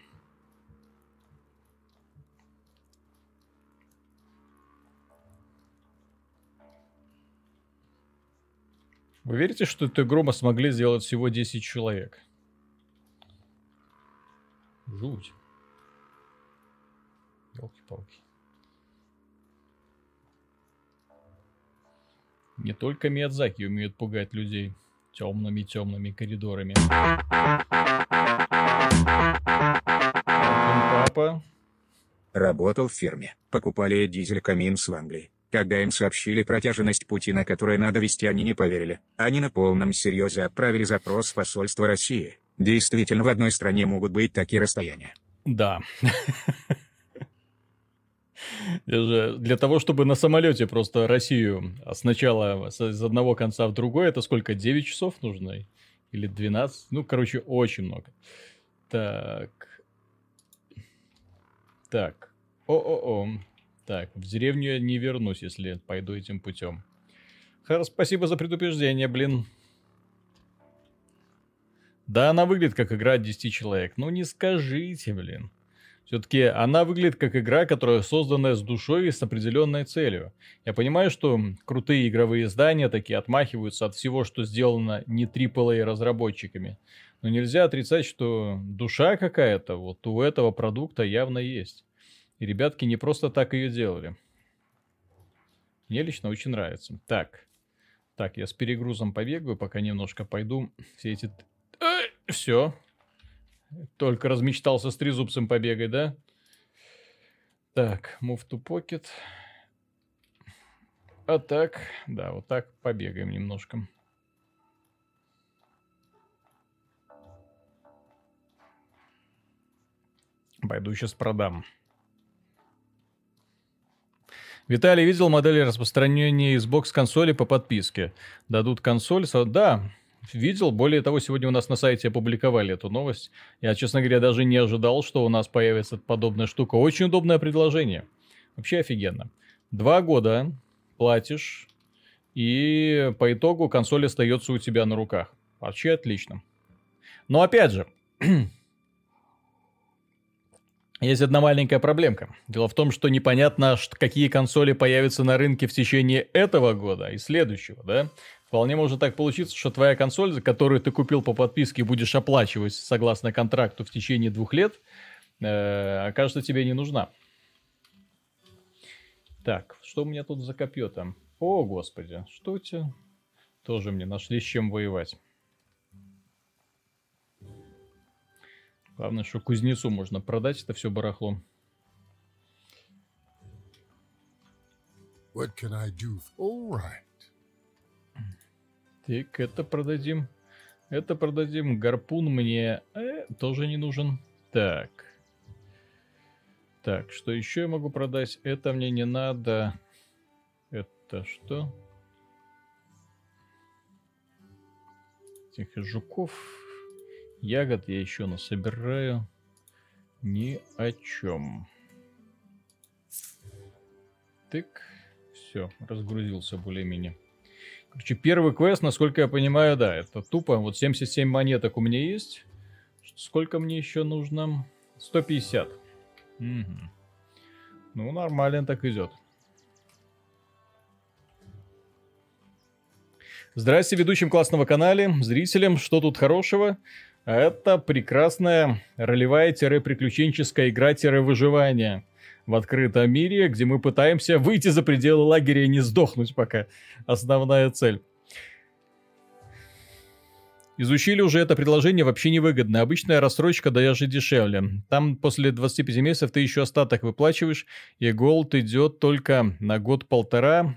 Вы верите, что эту игру мы смогли сделать всего 10 человек? Жуть. Ёлки-палки. Не только Миядзаки умеют пугать людей темными коридорами. Папа. Работал в фирме. Покупали дизель-каминс в Англии. Когда им сообщили протяженность пути, на который надо везти, они не поверили. Они на полном серьезе отправили запрос в посольство России. Действительно, в одной стране могут быть такие расстояния. Да. Для того, чтобы на самолете просто Россию сначала из одного конца в другой, это сколько? 9 часов нужно? Или 12? Ну, короче, очень много. Так. Так. О-о-о. Так, в деревню я не вернусь, если пойду этим путем. Спасибо за предупреждение, блин. Да, она выглядит как игра от 10 человек. Ну, не скажите, блин. Все-таки она выглядит как игра, которая созданная с душой и с определенной целью. Я понимаю, что крутые игровые издания такие отмахиваются от всего, что сделано не AAA разработчиками. Но нельзя отрицать, что душа какая-то вот у этого продукта явно есть. И ребятки не просто так ее делали. Мне лично очень нравится. Так, я с перегрузом побегаю, пока немножко пойду. Все эти... Все. Только размечтался с трезубцем побегать, да? Так, move to pocket. А так, да, вот так побегаем немножко. Пойду сейчас продам. Виталий, видел модели распространения Xbox консоли по подписке? Дадут консоль? Да, видел. Более того, сегодня у нас на сайте опубликовали эту новость. Я, честно говоря, даже не ожидал, что у нас появится подобная штука. Очень удобное предложение. Вообще офигенно. 2 года платишь, и по итогу консоль остается у тебя на руках. Вообще отлично. Но опять же, есть одна маленькая проблемка. Дело в том, что непонятно, какие консоли появятся на рынке в течение этого года и следующего, да? Вполне может так получиться, что твоя консоль, которую ты купил по подписке и будешь оплачивать согласно контракту в течение 2 лет, окажется тебе не нужна. Так, что у меня тут за копье там? О, господи, что у тебя? Тоже мне нашли с чем воевать. Главное, что кузнецу можно продать это все барахло. What can I do? All right. Так, это продадим. Это продадим. Гарпун мне тоже не нужен. Так. Так, что еще я могу продать? Это мне не надо. Это что? Этих жуков. Ягод я еще насобираю. Ни о чем. Так. Все, разгрузился более-менее. Короче, первый квест, насколько я понимаю, да, это тупо. Вот 77 монеток у меня есть. Сколько мне еще нужно? 150. Угу. Ну, нормально так идет. Здрасте, ведущим классного канала, зрителям. Что тут хорошего? Это прекрасная ролевая-приключенческая игра-выживание в открытом мире, где мы пытаемся выйти за пределы лагеря и не сдохнуть пока. Основная цель. Изучили уже это предложение, вообще невыгодно. Обычная рассрочка даже дешевле. Там после 25 месяцев ты еще остаток выплачиваешь, и голд идет только на год-полтора.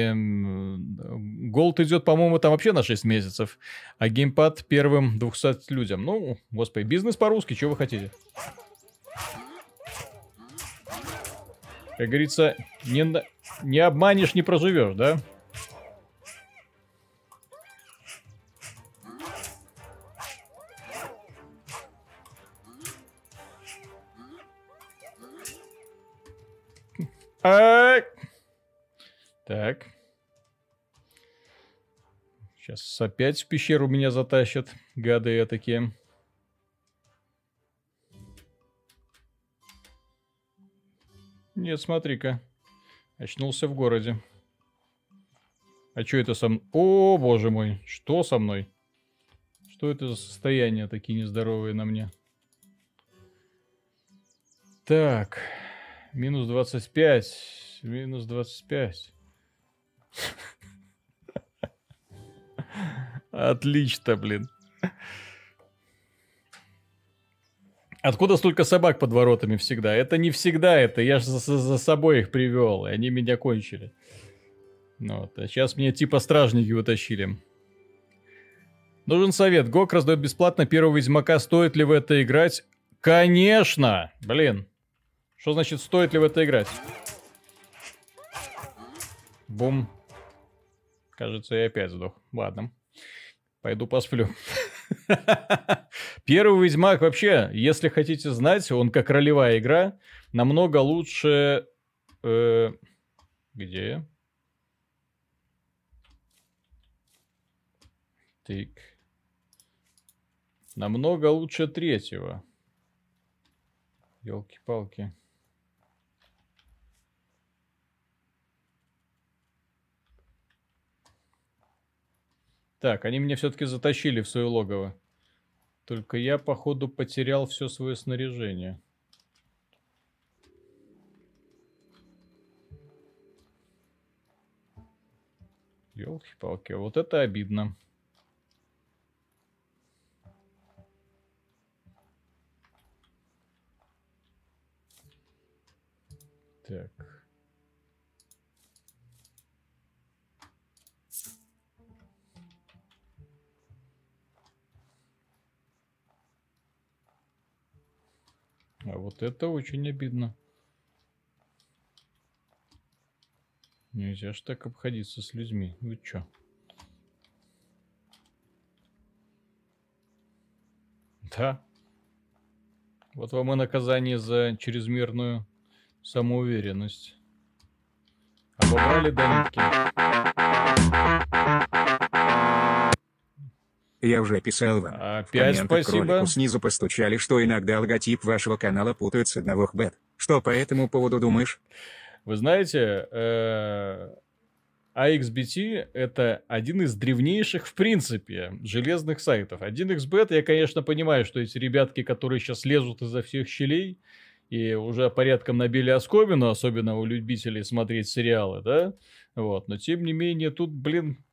Голд идет, по-моему, там вообще на 6 месяцев. А геймпад первым 200 людям. Ну, господи, бизнес по-русски, что вы хотите? Как говорится, не обманешь, не проживешь, да? Так. Сейчас опять в пещеру меня затащат, гады я такие. Нет, смотри-ка. Очнулся в городе. А что это со мной? О, боже мой, что со мной? Что это за состояния такие нездоровые на мне? Так. Минус 25. Минус 25. Отлично, блин. Откуда столько собак под воротами всегда? Это не всегда это. Я же за собой их привел, и они меня кончили. Ну вот. А сейчас меня типа стражники утащили. Нужен совет. ГОК раздает бесплатно первого Ведьмака. Стоит ли в это играть? Конечно! Блин. Что значит, стоит ли в это играть? Бум. Кажется, я опять сдох. Ладно. Пойду посплю. Первый Ведьмак вообще, если хотите знать, он как ролевая игра, намного лучше... Где? Так. Намного лучше третьего. Ёлки-палки. Так, они меня все-таки затащили в свое логово. Только я, походу, потерял все свое снаряжение. Ёлки-палки, вот это обидно. Так. А вот это очень обидно. Нельзя ж так обходиться с людьми. Вы чё? Да. Вот вам и наказание за чрезмерную самоуверенность. Обобрали до нитки. Я уже писал вам. Опять В комментах к спасибо. ролику снизу постучали, что иногда логотип вашего канала путают с одного хбет. Что по этому поводу думаешь? Вы знаете, AXBT это один из древнейших, в принципе, железных сайтов. 1xbet, я, конечно, понимаю, что эти ребятки, которые сейчас лезут изо всех щелей и уже порядком набили оскомину, особенно у любителей смотреть сериалы, да? Вот. Но, тем не менее, тут, блин,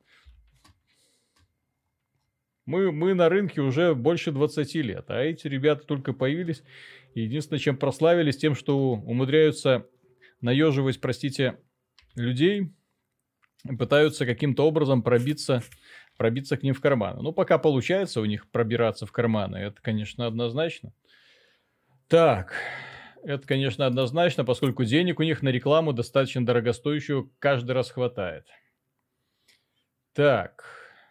мы на рынке уже больше 20 лет, а эти ребята только появились. И единственное, чем прославились, тем, что умудряются наеживать, простите, людей, пытаются каким-то образом пробиться к ним в карманы. Ну, пока получается у них пробираться в карманы, это, конечно, однозначно. Так, это, конечно, однозначно, поскольку денег у них на рекламу достаточно дорогостоящую каждый раз хватает. Так,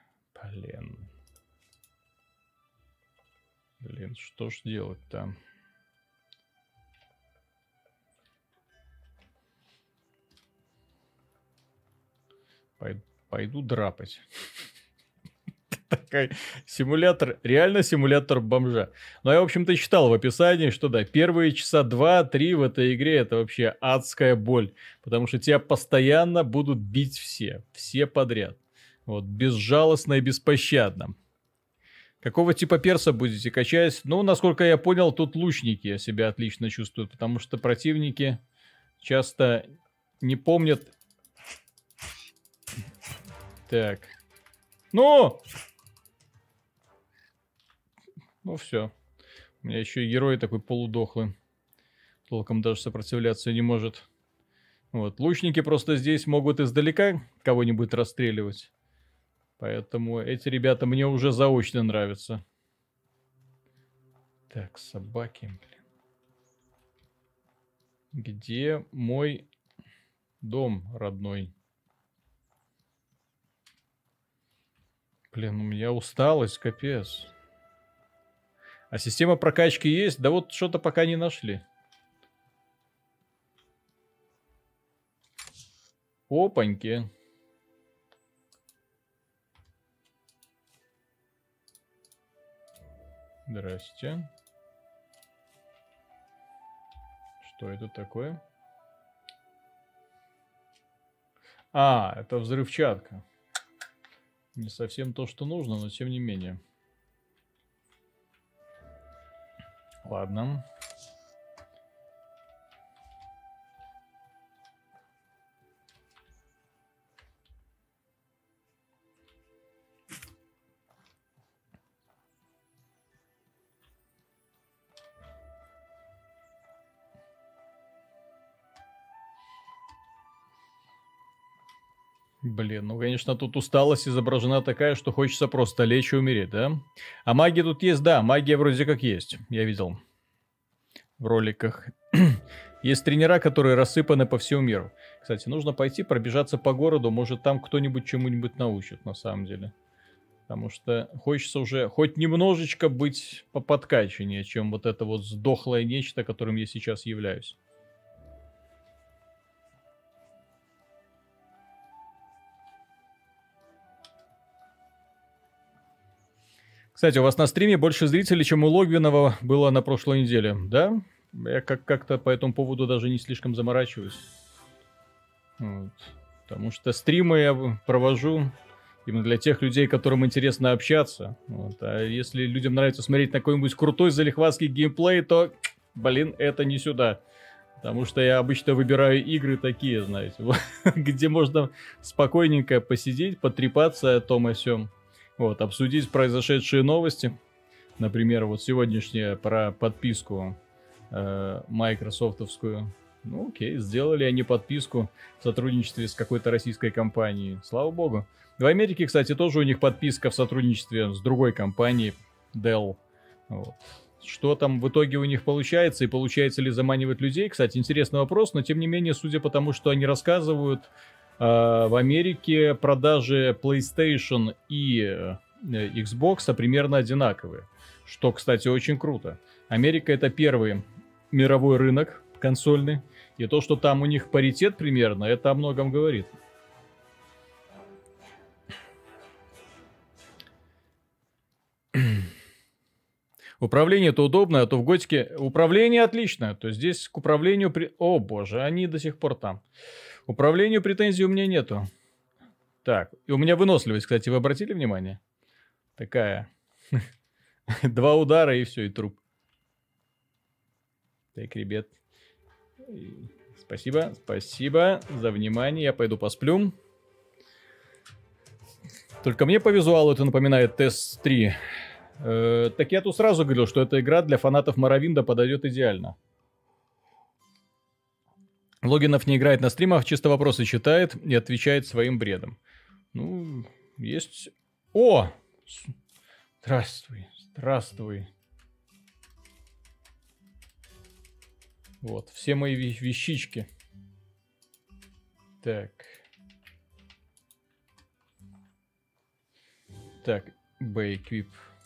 Блин, что ж делать-то? Пойду драпать. Такой симулятор, реально симулятор бомжа. Но я, в общем-то, читал в описании, что да, первые часа 2-3 в этой игре это вообще адская боль. Потому что тебя постоянно будут бить все подряд. Вот, безжалостно и беспощадно. Какого типа перса будете качать? Ну, насколько я понял, тут лучники себя отлично чувствуют, потому что противники часто не помнят. Так. Ну! Ну, все. У меня еще и герой такой полудохлый. Толком даже сопротивляться не может. Вот. Лучники просто здесь могут издалека кого-нибудь расстреливать. Поэтому эти ребята мне уже заочно нравятся. Так, собаки, блин. Где мой дом родной? Блин, у меня усталость, капец. А система прокачки есть? Да вот что-то пока не нашли. Опаньки. Здрасте. Что это такое? А, это взрывчатка. Не совсем то, что нужно, но тем не менее. Ладно. Блин, ну, конечно, тут усталость изображена такая, что хочется просто лечь и умереть, да? А магия тут есть, да, магия вроде как есть, я видел в роликах. Есть тренера, которые рассыпаны по всему миру. Кстати, нужно пойти пробежаться по городу, может там кто-нибудь чему-нибудь научит, на самом деле. Потому что хочется уже хоть немножечко быть поподкаченнее, чем вот это вот сдохлое нечто, которым я сейчас являюсь. Кстати, у вас на стриме больше зрителей, чем у Логвинова было на прошлой неделе, да? Я как-то по этому поводу даже не слишком заморачиваюсь. Вот. Потому что стримы я провожу именно для тех людей, которым интересно общаться. Вот. А если людям нравится смотреть на какой-нибудь крутой залихватский геймплей, то, блин, это не сюда. Потому что я обычно выбираю игры такие, знаете, где можно спокойненько посидеть, потрепаться о том и сём. Вот, обсудить произошедшие новости. Например, вот сегодняшняя про подписку майкрософтовскую. Ну, окей, сделали они подписку в сотрудничестве с какой-то российской компанией. Слава богу. В Америке, кстати, тоже у них подписка в сотрудничестве с другой компанией, Dell. Вот. Что там в итоге у них получается и получается ли заманивать людей? Кстати, интересный вопрос, но тем не менее, судя по тому, что они рассказывают, в Америке продажи PlayStation и Xbox примерно одинаковые. Что, кстати, очень круто. Америка — это первый мировой рынок консольный. И то, что там у них паритет примерно, это о многом говорит. Управление-то удобное, а то в Готике... Управление отлично. То здесь к управлению... О боже, они до сих пор там. Управлению претензий у меня нету. Так, и у меня выносливость, кстати, вы обратили внимание? Такая. 2 удара и все, и труп. Так, ребят. Спасибо за внимание. Я пойду посплю. Только мне по визуалу это напоминает TES 3. Так я тут сразу говорил, что эта игра для фанатов Моровинда подойдет идеально. Логинов не играет на стримах, чисто вопросы читает и отвечает своим бредом. Ну, есть... О! Здравствуй. Вот, все мои вещички. Так. Так, Бэйквип.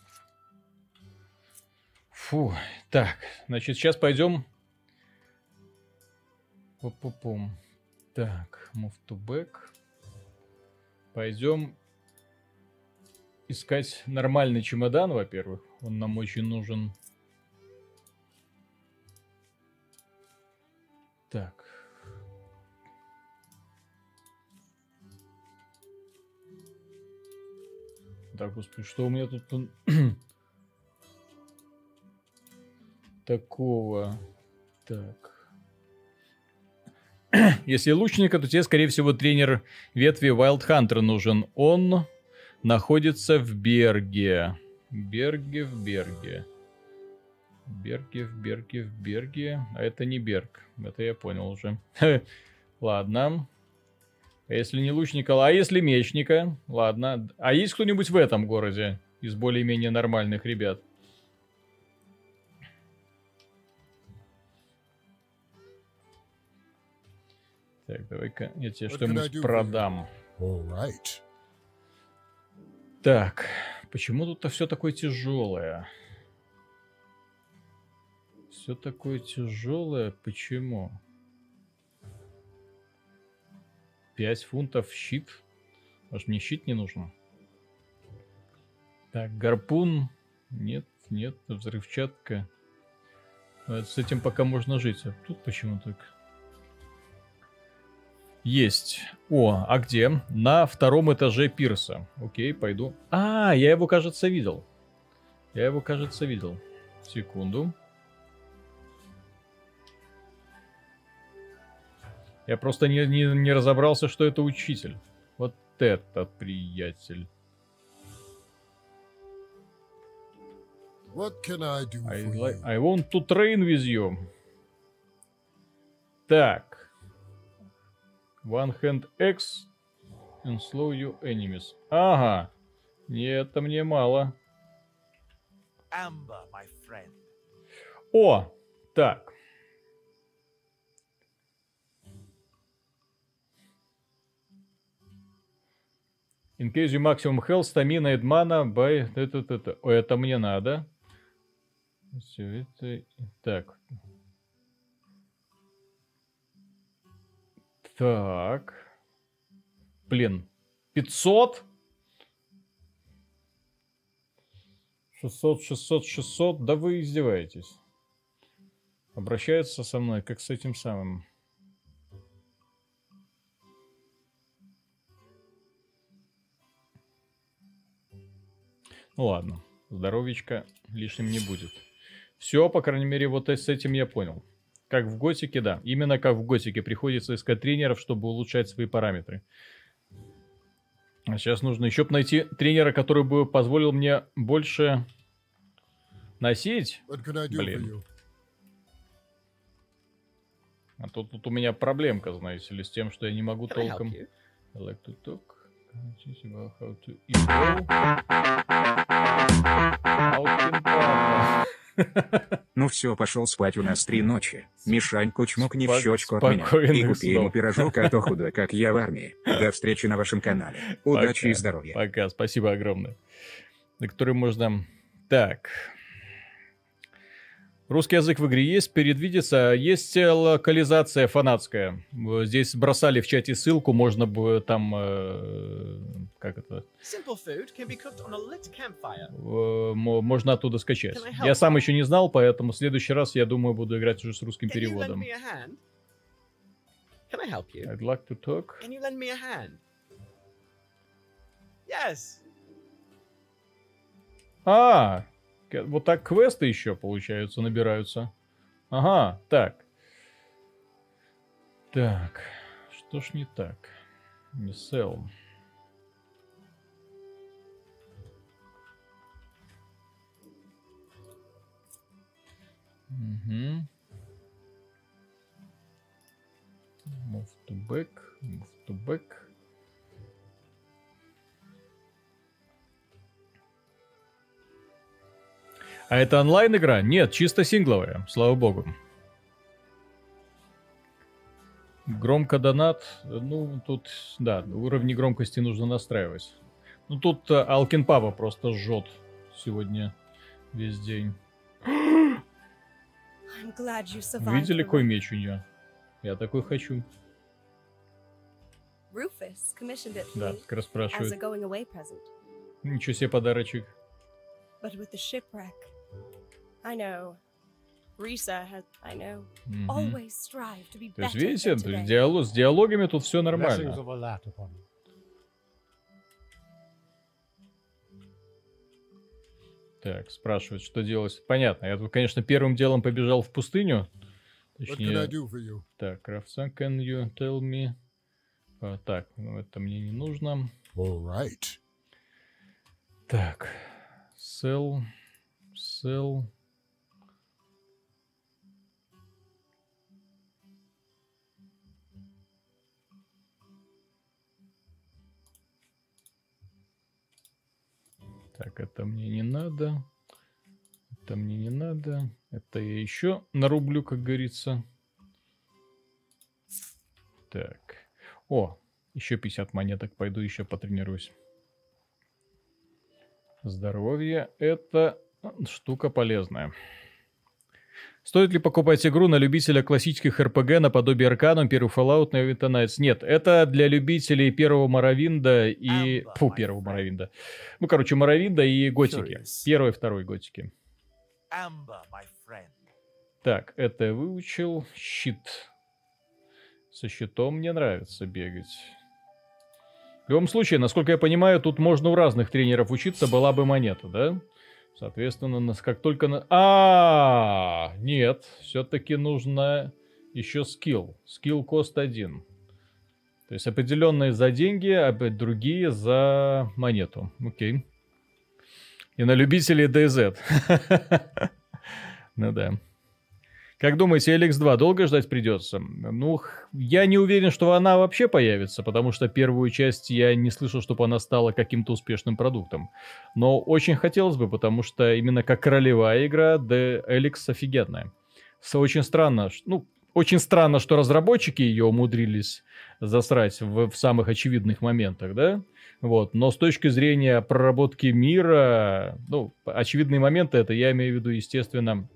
Фу, так, значит, сейчас пойдем. Пум. Так, move to back. Пойдем искать нормальный чемодан, во-первых. Он нам очень нужен. Так. Так, господи, что у меня тут такого? Так. Если лучника, то тебе, скорее всего, тренер ветви Wild Hunter нужен. Он находится в Берге. Берге. А это не Берг. Это я понял уже. Ладно. А если не лучника, а если мечника? Ладно. А есть кто-нибудь в этом городе из более-менее нормальных ребят? Так, давай-ка я тебе что-нибудь продам. Right. Так, почему тут-то все такое тяжелое? Все такое тяжелое, почему? 5 фунтов щит? Может, мне щит не нужен? Так, гарпун. Нет, взрывчатка. С этим пока можно жить. А тут почему так? Есть. О, а где? На 2-м этаже пирса. Окей, пойду. А, я его, кажется, видел. Секунду. Я просто не разобрался, что это учитель. Вот это приятель. What can I do for you? I want to train with you. Так. One hand X and slow you enemies. Ага. Нет, это мне мало. Amber, my friend. О, так. In case you maximum health, stamina and mana by... Это мне надо. Все это... Так. Так. Блин. 500? 600. Да вы издеваетесь. Обращаются со мной, как с этим самым. Ну ладно, здоровичка лишним не будет. Все, по крайней мере, вот с этим я понял. Как в Готике, да. Именно как в Готике приходится искать тренеров, чтобы улучшать свои параметры. А сейчас нужно еще найти тренера, который бы позволил мне больше носить. Блин. А тут у меня проблемка, знаете ли, с тем, что я не могу толком... I like to talk. How to Ну все, пошел спать, у нас 3 ночи. Мишаньку чмокни в щечку от меня. И купи ему пирожок, а то худо, как я в армии. До встречи на вашем канале. Удачи и здоровья. Пока, спасибо огромное. На который можно... Так... Русский язык в игре есть, предвидится, есть локализация фанатская. Здесь бросали в чате ссылку, можно бы там, как это, можно оттуда скачать. Я сам еще не знал, поэтому в следующий раз, я думаю, буду играть уже с русским переводом. I'd like to talk. Can you lend me a hand? Yes. Вот так квесты еще, получаются, набираются. Ага, так. Так, что ж не так? Не sell. Угу. Move to back, move to back. А это онлайн-игра? Нет, чисто сингловая, слава богу. Громко донат. Ну, тут, да, уровни громкости нужно настраивать. Ну, тут Алкин Папа просто жжет сегодня весь день. Видели, какой меч у нее? Я такой хочу. Да, как раз спрашивает. Ничего себе подарочек. I know. Risa has, I know, always strive to be better. То есть, видите, с диалогами тут все нормально. Так, спрашивают, что делать. Понятно. Я тут, конечно, первым делом побежал в пустыню. Точнее, так, Крафтсан, can you tell me? Так, ну это мне не нужно. Right. Так, sell. Так, это мне не надо. Это мне не надо. Это я еще нарублю, как говорится. Так. О, еще 50 монеток. Пойду еще потренируюсь. Здоровье. Это штука полезная. Стоит ли покупать игру на любителя классических РПГ наподобие Arcanum, первый Fallout, Neverwinter Nights? Нет, это для любителей первого Моровинда и... первого Моровинда. Ну, короче, Моровинда и Готики. Первой и второй Готики. Так, это я выучил. Щит. Со щитом мне нравится бегать. В любом случае, насколько я понимаю, тут можно у разных тренеров учиться, была бы монета, да? Соответственно, как только... Нет, все-таки нужно еще скилл. Скилл кост 1. То есть определенные за деньги, а другие за монету. Окей. И на любителей DZ. Ну да. Как думаете, LX2 долго ждать придется? Ну, я не уверен, что она вообще появится, потому что первую часть я не слышал, чтобы она стала каким-то успешным продуктом. Но очень хотелось бы, потому что именно как ролевая игра, The LX офигенная. Очень странно, что разработчики ее умудрились засрать в самых очевидных моментах, да? Вот. Но с точки зрения проработки мира, очевидные моменты, это я имею в виду, естественно,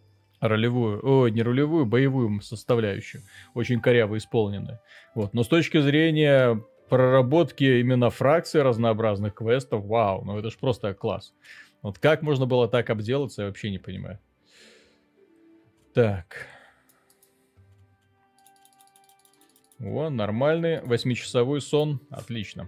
боевую составляющую. Очень коряво исполненная. Вот. Но с точки зрения проработки именно фракций разнообразных квестов, вау, это ж просто класс. Вот как можно было так обделаться, я вообще не понимаю. Так. О, нормальный 8-часовой сон. Отлично.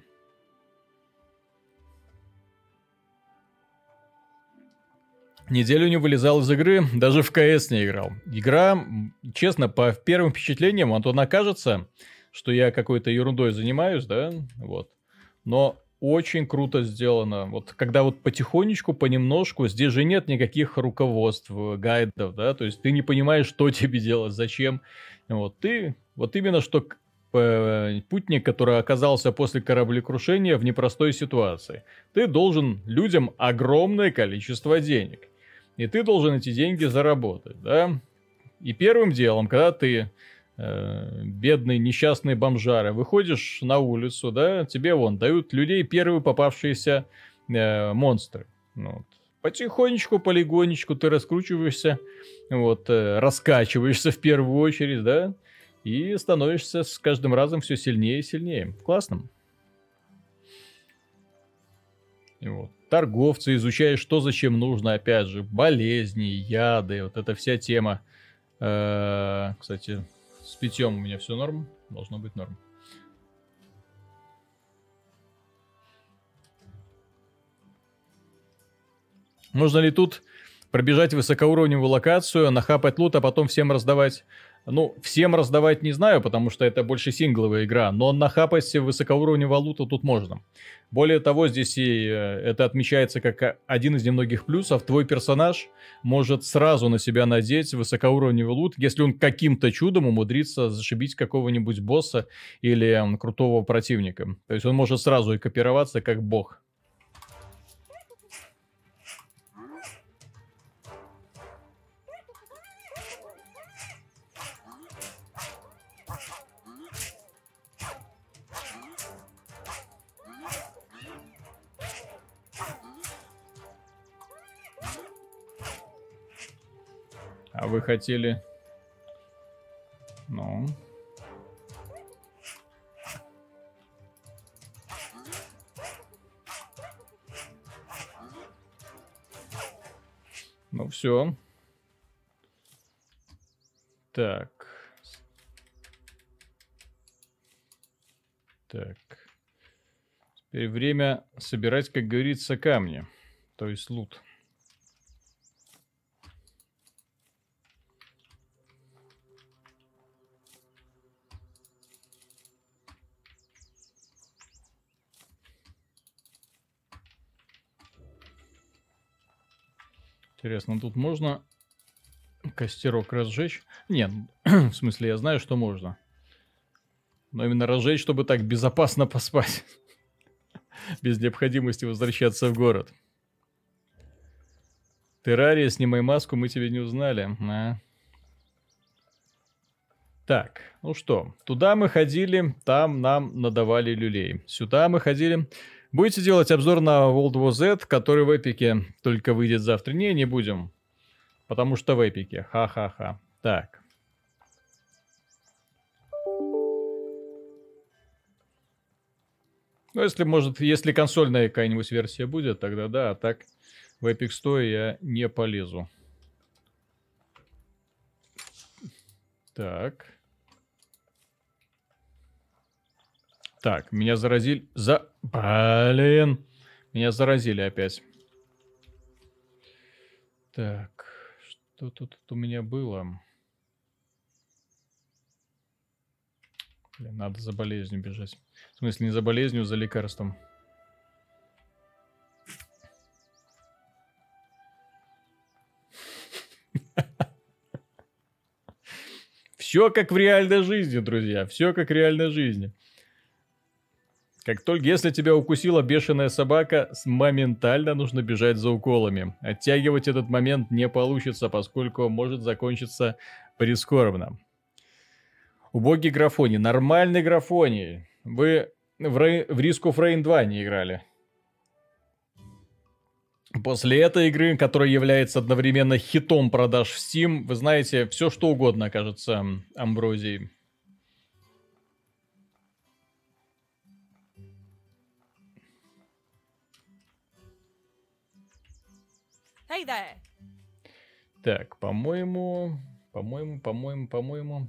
Неделю не вылезал из игры, даже в КС не играл. Игра, честно, по первым впечатлениям, она кажется, что я какой-то ерундой занимаюсь, да, вот. Но очень круто сделано. Вот когда вот потихонечку, понемножку, здесь же нет никаких руководств, гайдов, да, то есть ты не понимаешь, что тебе делать, зачем. Вот ты, вот именно что путник, который оказался после кораблекрушения в непростой ситуации. Ты должен людям огромное количество денег. И ты должен эти деньги заработать, да? И первым делом, когда ты бедный несчастный бомжара, выходишь на улицу, да, тебе дают людей первые попавшиеся монстры. Вот. Потихонечку, полигонечку ты раскручиваешься, вот, раскачиваешься в первую очередь, да, и становишься с каждым разом все сильнее и сильнее. Классно. И вот. Торговцы, изучаешь, что зачем нужно, опять же, болезни, яды, вот эта вся тема. Кстати, с питьем у меня все норм, должно быть норм. Можно ли тут пробежать высокоуровневую локацию, нахапать лут, а потом всем раздавать? Ну, всем раздавать не знаю, потому что это больше сингловая игра, но нахапать высокоуровневого лута тут можно. Более того, здесь и это отмечается как один из немногих плюсов. Твой персонаж может сразу на себя надеть высокоуровневый лут, если он каким-то чудом умудрится зашибить какого-нибудь босса или крутого противника. То есть он может сразу экипироваться как бог. А вы хотели... Ну... Ну все. Так. Так. Теперь время собирать, как говорится, камни. То есть лут. Интересно, тут можно костерок разжечь? Нет, в смысле, я знаю, что можно. Но именно разжечь, чтобы так безопасно поспать. Без необходимости возвращаться в город. Террария, снимай маску, мы тебя не узнали. А. Так, ну что, туда мы ходили, там нам надавали люлей. Сюда мы ходили. Будете делать обзор на World War Z, который в Эпике только выйдет завтра? Не будем. Потому что в Эпике. Ха-ха-ха. Так. Ну, если консольная какая-нибудь версия будет, тогда да, а так в Epic Store я не полезу. Так. Так, меня заразили... Блин. Меня заразили опять. Так. Что тут у меня было? Блин, надо за болезнью бежать. В смысле, не за болезнью, за лекарством. Все как в реальной жизни, друзья. Все как в реальной жизни. Как только если тебя укусила бешеная собака, моментально нужно бежать за уколами. Оттягивать этот момент не получится, поскольку может закончиться прискорбно. Убогий графоний. Нормальный графоний. Вы в Risk of Rain 2 не играли. После этой игры, которая является одновременно хитом продаж в Steam, вы знаете, все что угодно окажется амброзией. Hey there. Так, по-моему, По-моему.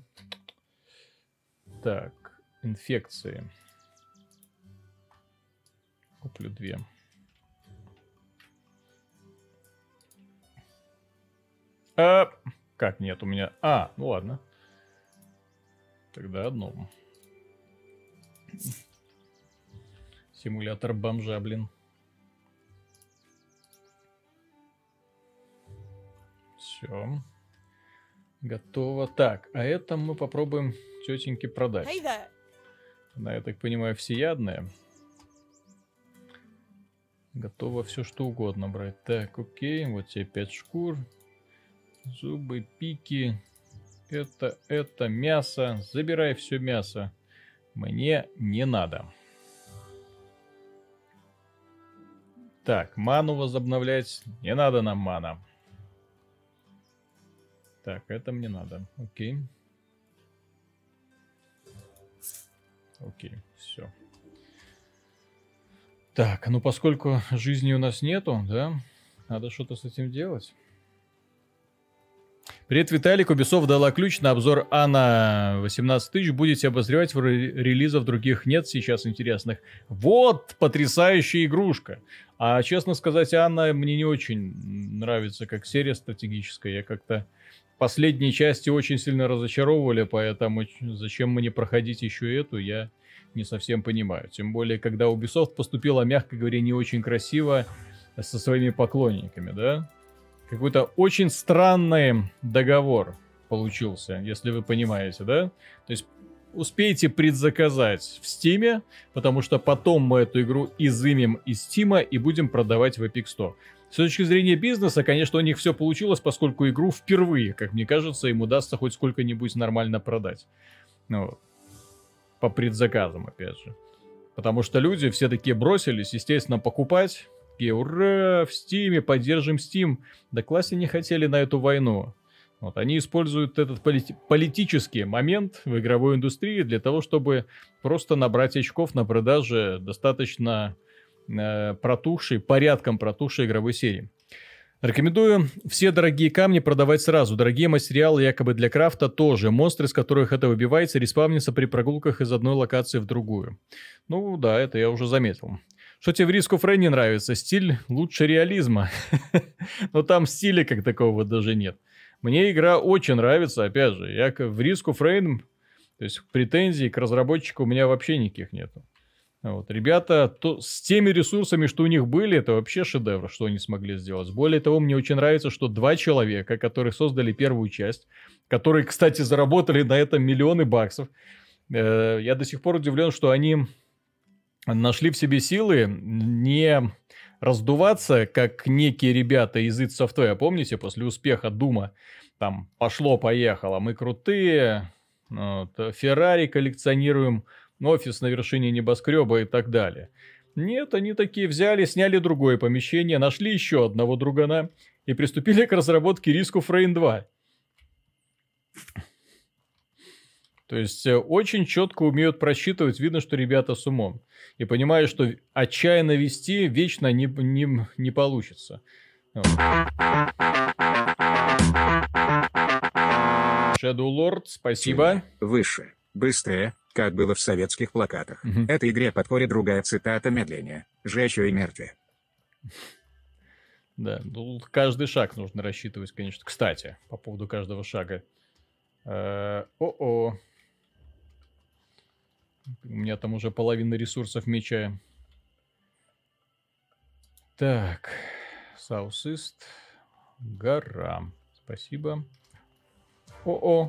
Так, инфекции. Куплю 2. Как нет у меня? Ну ладно. Тогда одно. Симулятор бомжа, блин. Все. Готово. Так, а это мы попробуем тетеньке продать. Она, я так понимаю, всеядная. Готово все что угодно брать. Так, окей. Вот тебе 5 шкур. Зубы, пики. Это мясо. Забирай все мясо. Мне не надо. Так, ману возобновлять. Не надо нам мана. Так, это мне надо. Окей. Окей, все. Так, ну поскольку жизни у нас нету, да, надо что-то с этим делать. Привет, Виталик. Ubisoft дала ключ на обзор Анна 18 тысяч. Будете обозревать, релизов других нет сейчас интересных. Вот, потрясающая игрушка. А честно сказать, Анна мне не очень нравится как серия стратегическая. Я как-то последние части очень сильно разочаровывали, поэтому зачем мне проходить еще эту, я не совсем понимаю. Тем более, когда Ubisoft поступила, мягко говоря, не очень красиво со своими поклонниками, да? Какой-то очень странный договор получился, если вы понимаете, да? То есть успейте предзаказать в Стиме, потому что потом мы эту игру изымем из Стима и будем продавать в Epic Store. С точки зрения бизнеса, конечно, у них все получилось, поскольку игру впервые, как мне кажется, им удастся хоть сколько-нибудь нормально продать. Ну, по предзаказам, опять же. Потому что люди все такие бросились, естественно, покупать. Такие, ура, в Стиме, поддержим Steam. Да классе не хотели на эту войну. Вот, они используют этот политический момент в игровой индустрии для того, чтобы просто набрать очков на продаже достаточно порядком протухшей игровой серии. Рекомендую все дорогие камни продавать сразу. Дорогие материалы якобы для крафта тоже. Монстры, из которых это выбивается, респавнятся при прогулках из одной локации в другую. Ну да, это я уже заметил. Что тебе в Risk of Rain не нравится? Стиль лучше реализма. Но там стиля как такого даже нет. Мне игра очень нравится, опять же. Я в Risk of Rain, то есть претензий к разработчику у меня вообще никаких нету. Вот. Ребята с теми ресурсами, что у них были, это вообще шедевр, что они смогли сделать. Более того, мне очень нравится, что 2 человека, которые создали первую часть, которые, кстати, заработали на этом миллионы баксов, я до сих пор удивлен, что они нашли в себе силы не раздуваться, как некие ребята из id Software. Помните, после успеха Дума там пошло-поехало, мы крутые, Феррари коллекционируем, офис на вершине небоскреба и так далее. Нет, они такие взяли, сняли другое помещение, нашли еще одного другана и приступили к разработке Risk of Rain 2. То есть очень четко умеют просчитывать, видно, что ребята с умом. И понимают, что отчаянно вести вечно не получится. Вот. Shadow Lord, спасибо. Выше, быстрее, как было в советских плакатах. Этой игре подходит другая цитата медленнее. Жечу и мертве. Да, ну, каждый шаг нужно рассчитывать, конечно. Кстати, по поводу каждого шага. О-о. У меня там уже половина ресурсов меча. Так. Southeast. Гора. Спасибо. О-о.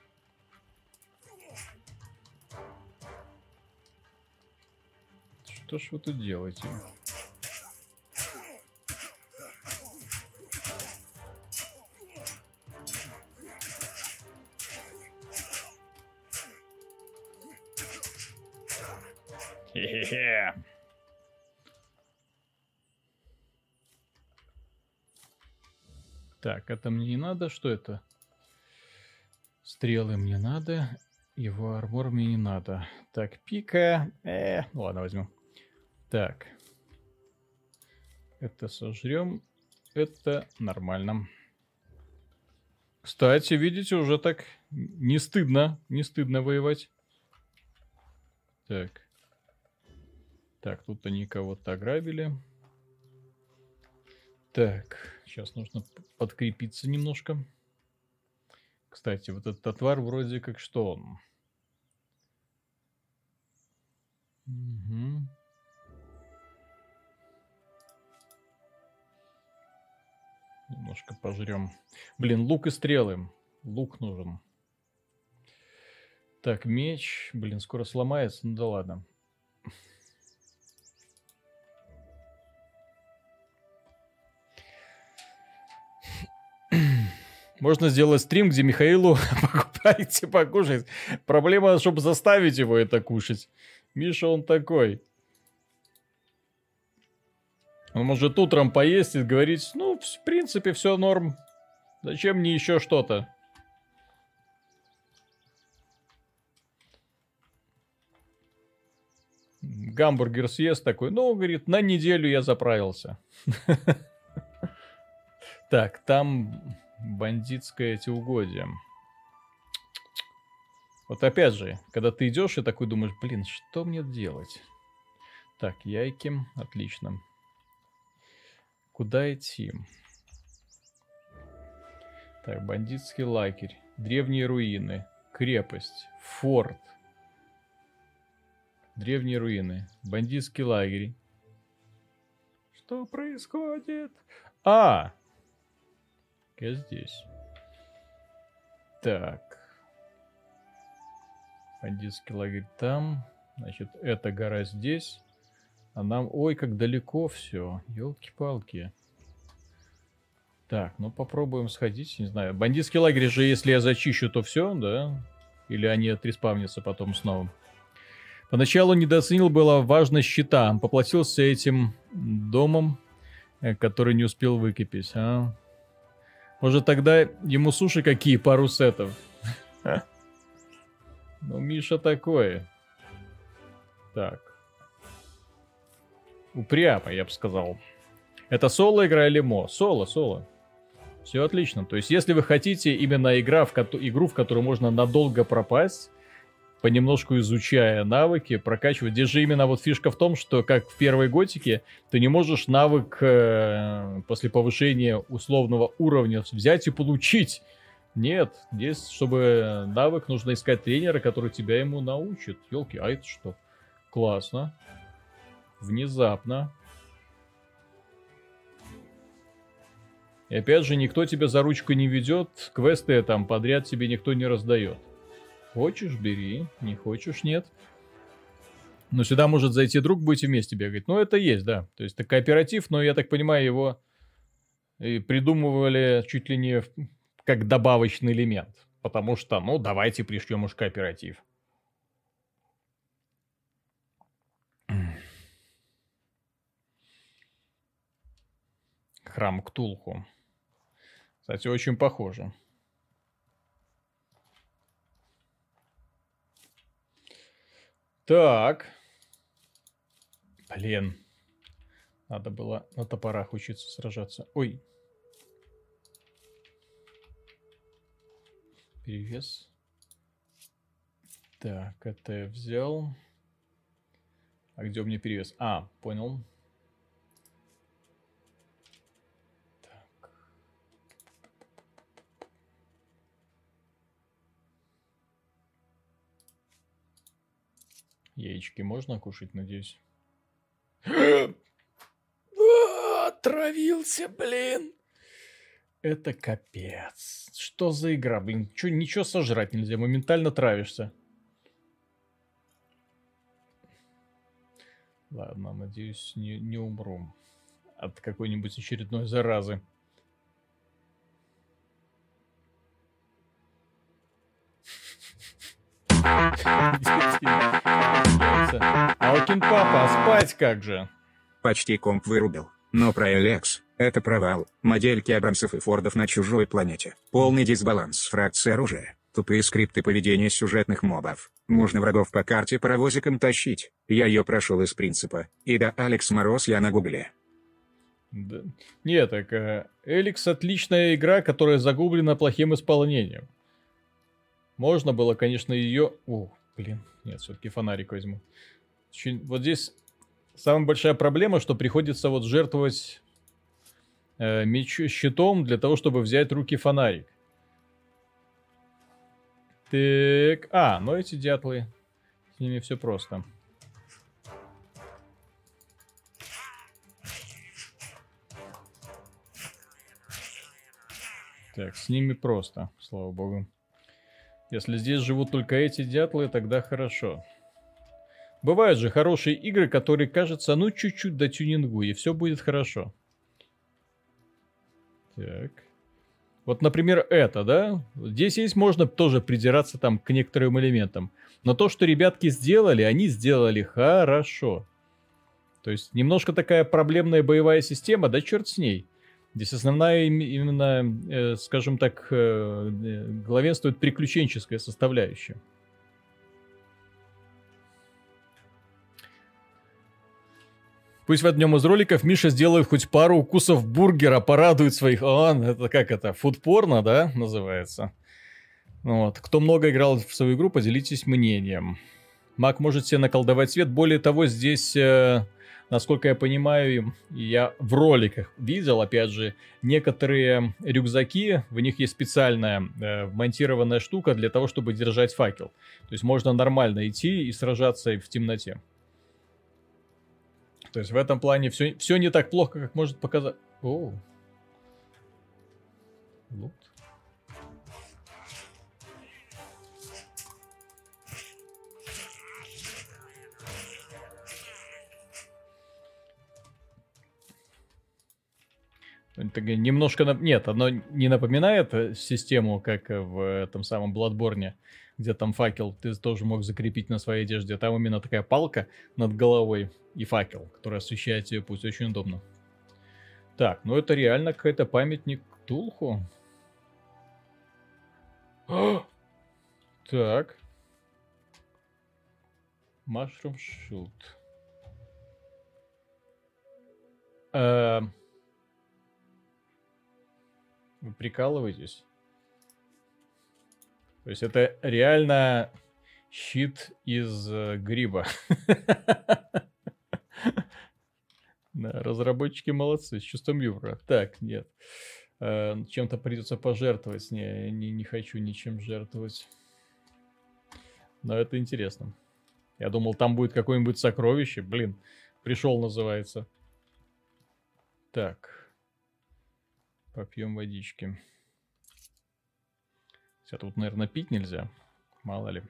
Что ж вы тут делаете? Хе-хе-хе. Так, это мне не надо. Что это? Стрелы мне надо. Его армор мне не надо. Так, пика. Ну ладно, возьму. Так. Это сожрем. Это нормально. Кстати, видите, уже так не стыдно воевать. Так. Так, тут они кого-то ограбили. Так, сейчас нужно подкрепиться немножко. Кстати, вот этот отвар вроде как что он? Угу. Немножко пожрем. Блин, лук и стрелы. Лук нужен. Так, меч. Блин, скоро сломается. Ну да ладно. Можно сделать стрим, где Михаилу покупаете покушать. Проблема, чтобы заставить его это кушать. Миша, он такой. Он может утром поесть и говорить, ну, в принципе, все норм. Зачем мне еще что-то? Гамбургер съест такой, ну, говорит, на неделю я заправился. Так, там бандитское эти угодья. Вот опять же, когда ты идешь и такой думаешь, блин, что мне делать? Так, яйки, отлично. Куда идти? Так, бандитский лагерь, древние руины, крепость, форт. Древние руины, бандитский лагерь. Что происходит? А! Я здесь. Так. Бандитский лагерь там. Значит, эта гора здесь. А нам... Ой, как далеко все. Ёлки-палки. Так, ну попробуем сходить. Не знаю. Бандитский лагерь же, если я зачищу, то все, да? Или они отреспавнятся потом снова. Поначалу недооценил было важность щита. Поплатился этим домом, который не успел выкопить. А? Может, тогда ему суши какие, пару сетов? Ну, Миша такой. Так. Упрямо, я бы сказал. Это соло игра или мо? Соло. Все отлично. То есть, если вы хотите именно игру, в которую можно надолго пропасть, понемножку изучая навыки, прокачивать. Здесь же именно вот фишка в том, что как в первой готике, ты не можешь навык после повышения условного уровня взять и получить. Нет, здесь, чтобы навык, нужно искать тренера, который тебя ему научит. Ёлки, а это что? Классно. Внезапно. И опять же, никто тебя за ручку не ведет, квесты там подряд тебе никто не раздает. Хочешь, бери, не хочешь, нет. Но сюда может зайти друг, будете вместе бегать. Ну, это есть, да. То есть, это кооператив, но, я так понимаю, его и придумывали чуть ли не как добавочный элемент. Потому что, ну, давайте пришлем уж кооператив. Храм Ктулху. Кстати, очень похоже. Так. Блин. Надо было на топорах учиться сражаться. Ой. Перевес. Так, это я взял. А где у меня перевес? А, понял. Так. Яички можно кушать, надеюсь? Отравился, блин. Это капец. Что за игра, блин? Чё, ничего сожрать нельзя, моментально травишься. Ладно, надеюсь, не умру от какой-нибудь очередной заразы. Алкин папа, а спать как же? Почти комп вырубил. Но про Алекс — это провал. Модельки Абрамсов и Фордов на чужой планете. Полный дисбаланс с фракцией оружия. Тупые скрипты поведения сюжетных мобов. Можно врагов по карте паровозиком тащить. Я ее прошел из принципа. И да, Алекс Мороз я на гугле. Да. Не, так Эликс отличная игра, которая загублена плохим исполнением. Можно было, конечно, ее... О, блин, нет, все-таки фонарик возьму. Вот здесь самая большая проблема, что приходится вот жертвовать щитом для того, чтобы взять в руки фонарик. Так, ну эти дятлы, с ними все просто. Так, с ними просто, слава богу. Если здесь живут только эти дятлы, тогда хорошо. Бывают же хорошие игры, которые кажется, ну чуть-чуть до тюнингу, и все будет хорошо. Так. Вот, например, это, да? Здесь есть можно тоже придираться там к некоторым элементам. Но то, что ребятки сделали, они сделали хорошо. То есть немножко такая проблемная боевая система, да черт с ней. Здесь основная именно, скажем так, главенствует приключенческая составляющая. Пусть в одном из роликов Миша сделает хоть пару укусов бургера, порадует своих... это как это? Фудпорно, да, называется? Вот. Кто много играл в свою игру, поделитесь мнением. Маг может себе наколдовать свет. Более того, здесь, насколько я понимаю, я в роликах видел, опять же, некоторые рюкзаки, в них есть специальная вмонтированная штука для того, чтобы держать факел. То есть можно нормально идти и сражаться в темноте. То есть в этом плане все не так плохо, как может показать. О. Лут. Это немножко... Нет, оно не напоминает систему, как в этом самом Bloodborne, где там факел ты тоже мог закрепить на своей одежде. Там именно такая палка над головой и факел, который освещает тебе путь. Очень удобно. Так, ну это реально какой-то памятник Ктулху. Так. Mushroom Shoot. Вы прикалываетесь? То есть это реально щит из гриба. Да, разработчики молодцы, с чувством юмора. Так, нет. Чем-то придется пожертвовать. Не хочу ничем жертвовать. Но это интересно. Я думал, там будет какое-нибудь сокровище. Блин, пришел, называется. Так. Попьем водички. Хотя тут, наверное, пить нельзя. Мало ли.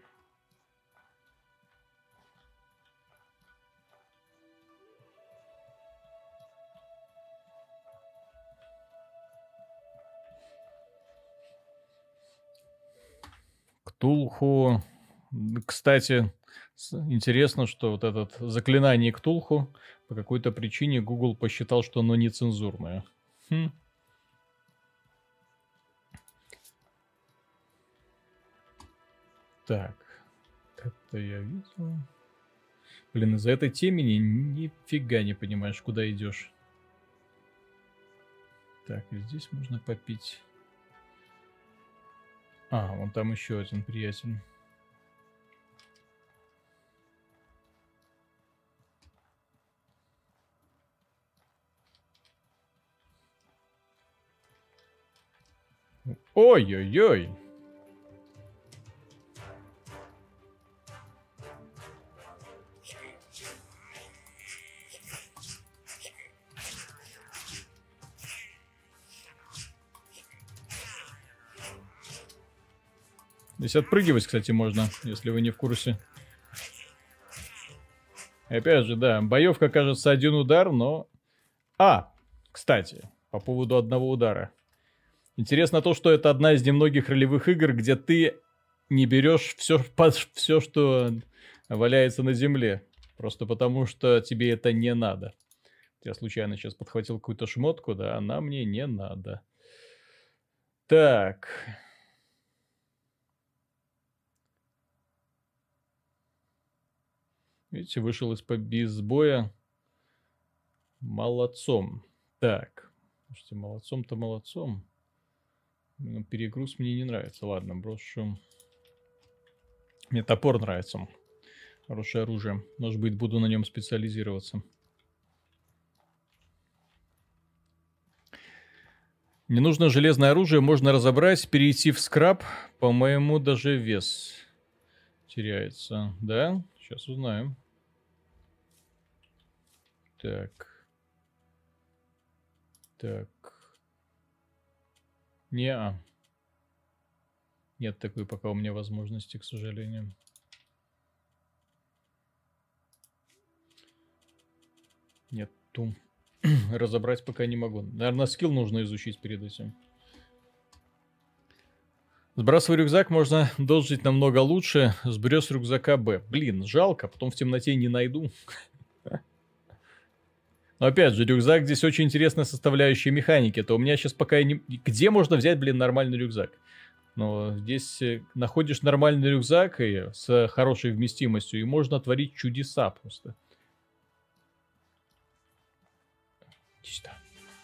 Ктулху. Кстати, интересно, что вот это заклинание Ктулху по какой-то причине Google посчитал, что оно нецензурное. Так, это я видел. Блин, из-за этой темени нифига не понимаешь, куда идешь. Так, и здесь можно попить. Вон там еще один приятель. Ой-ой-ой. Здесь отпрыгивать, кстати, можно, если вы не в курсе. И опять же, да, боевка, кажется, один удар, но... Кстати, по поводу одного удара. Интересно то, что это одна из немногих ролевых игр, где ты не берешь все, что валяется на земле. Просто потому, что тебе это не надо. Я случайно сейчас подхватил какую-то шмотку, да, она мне не надо. Так... Видите, вышел из боя молодцом. Так. Слушайте, молодцом-то молодцом. Но перегруз мне не нравится. Ладно, брошу. Мне топор нравится. Хорошее оружие. Может быть, буду на нем специализироваться. Не нужно железное оружие, можно разобрать, перейти в скраб. По-моему, даже вес теряется. Да? Сейчас узнаем. Так. Так. Не-а. Нет такой пока у меня возможности, к сожалению. Нету. Разобрать пока не могу. Наверное, скилл нужно изучить перед этим. Сбрасывая рюкзак, можно дожить намного лучше. Сброс рюкзака Б. Блин, жалко, потом в темноте не найду. Но опять же, рюкзак здесь очень интересная составляющая механики. То у меня сейчас пока не... Где можно взять, блин, нормальный рюкзак? Но здесь находишь нормальный рюкзак и с хорошей вместимостью, и можно творить чудеса просто. Чисто.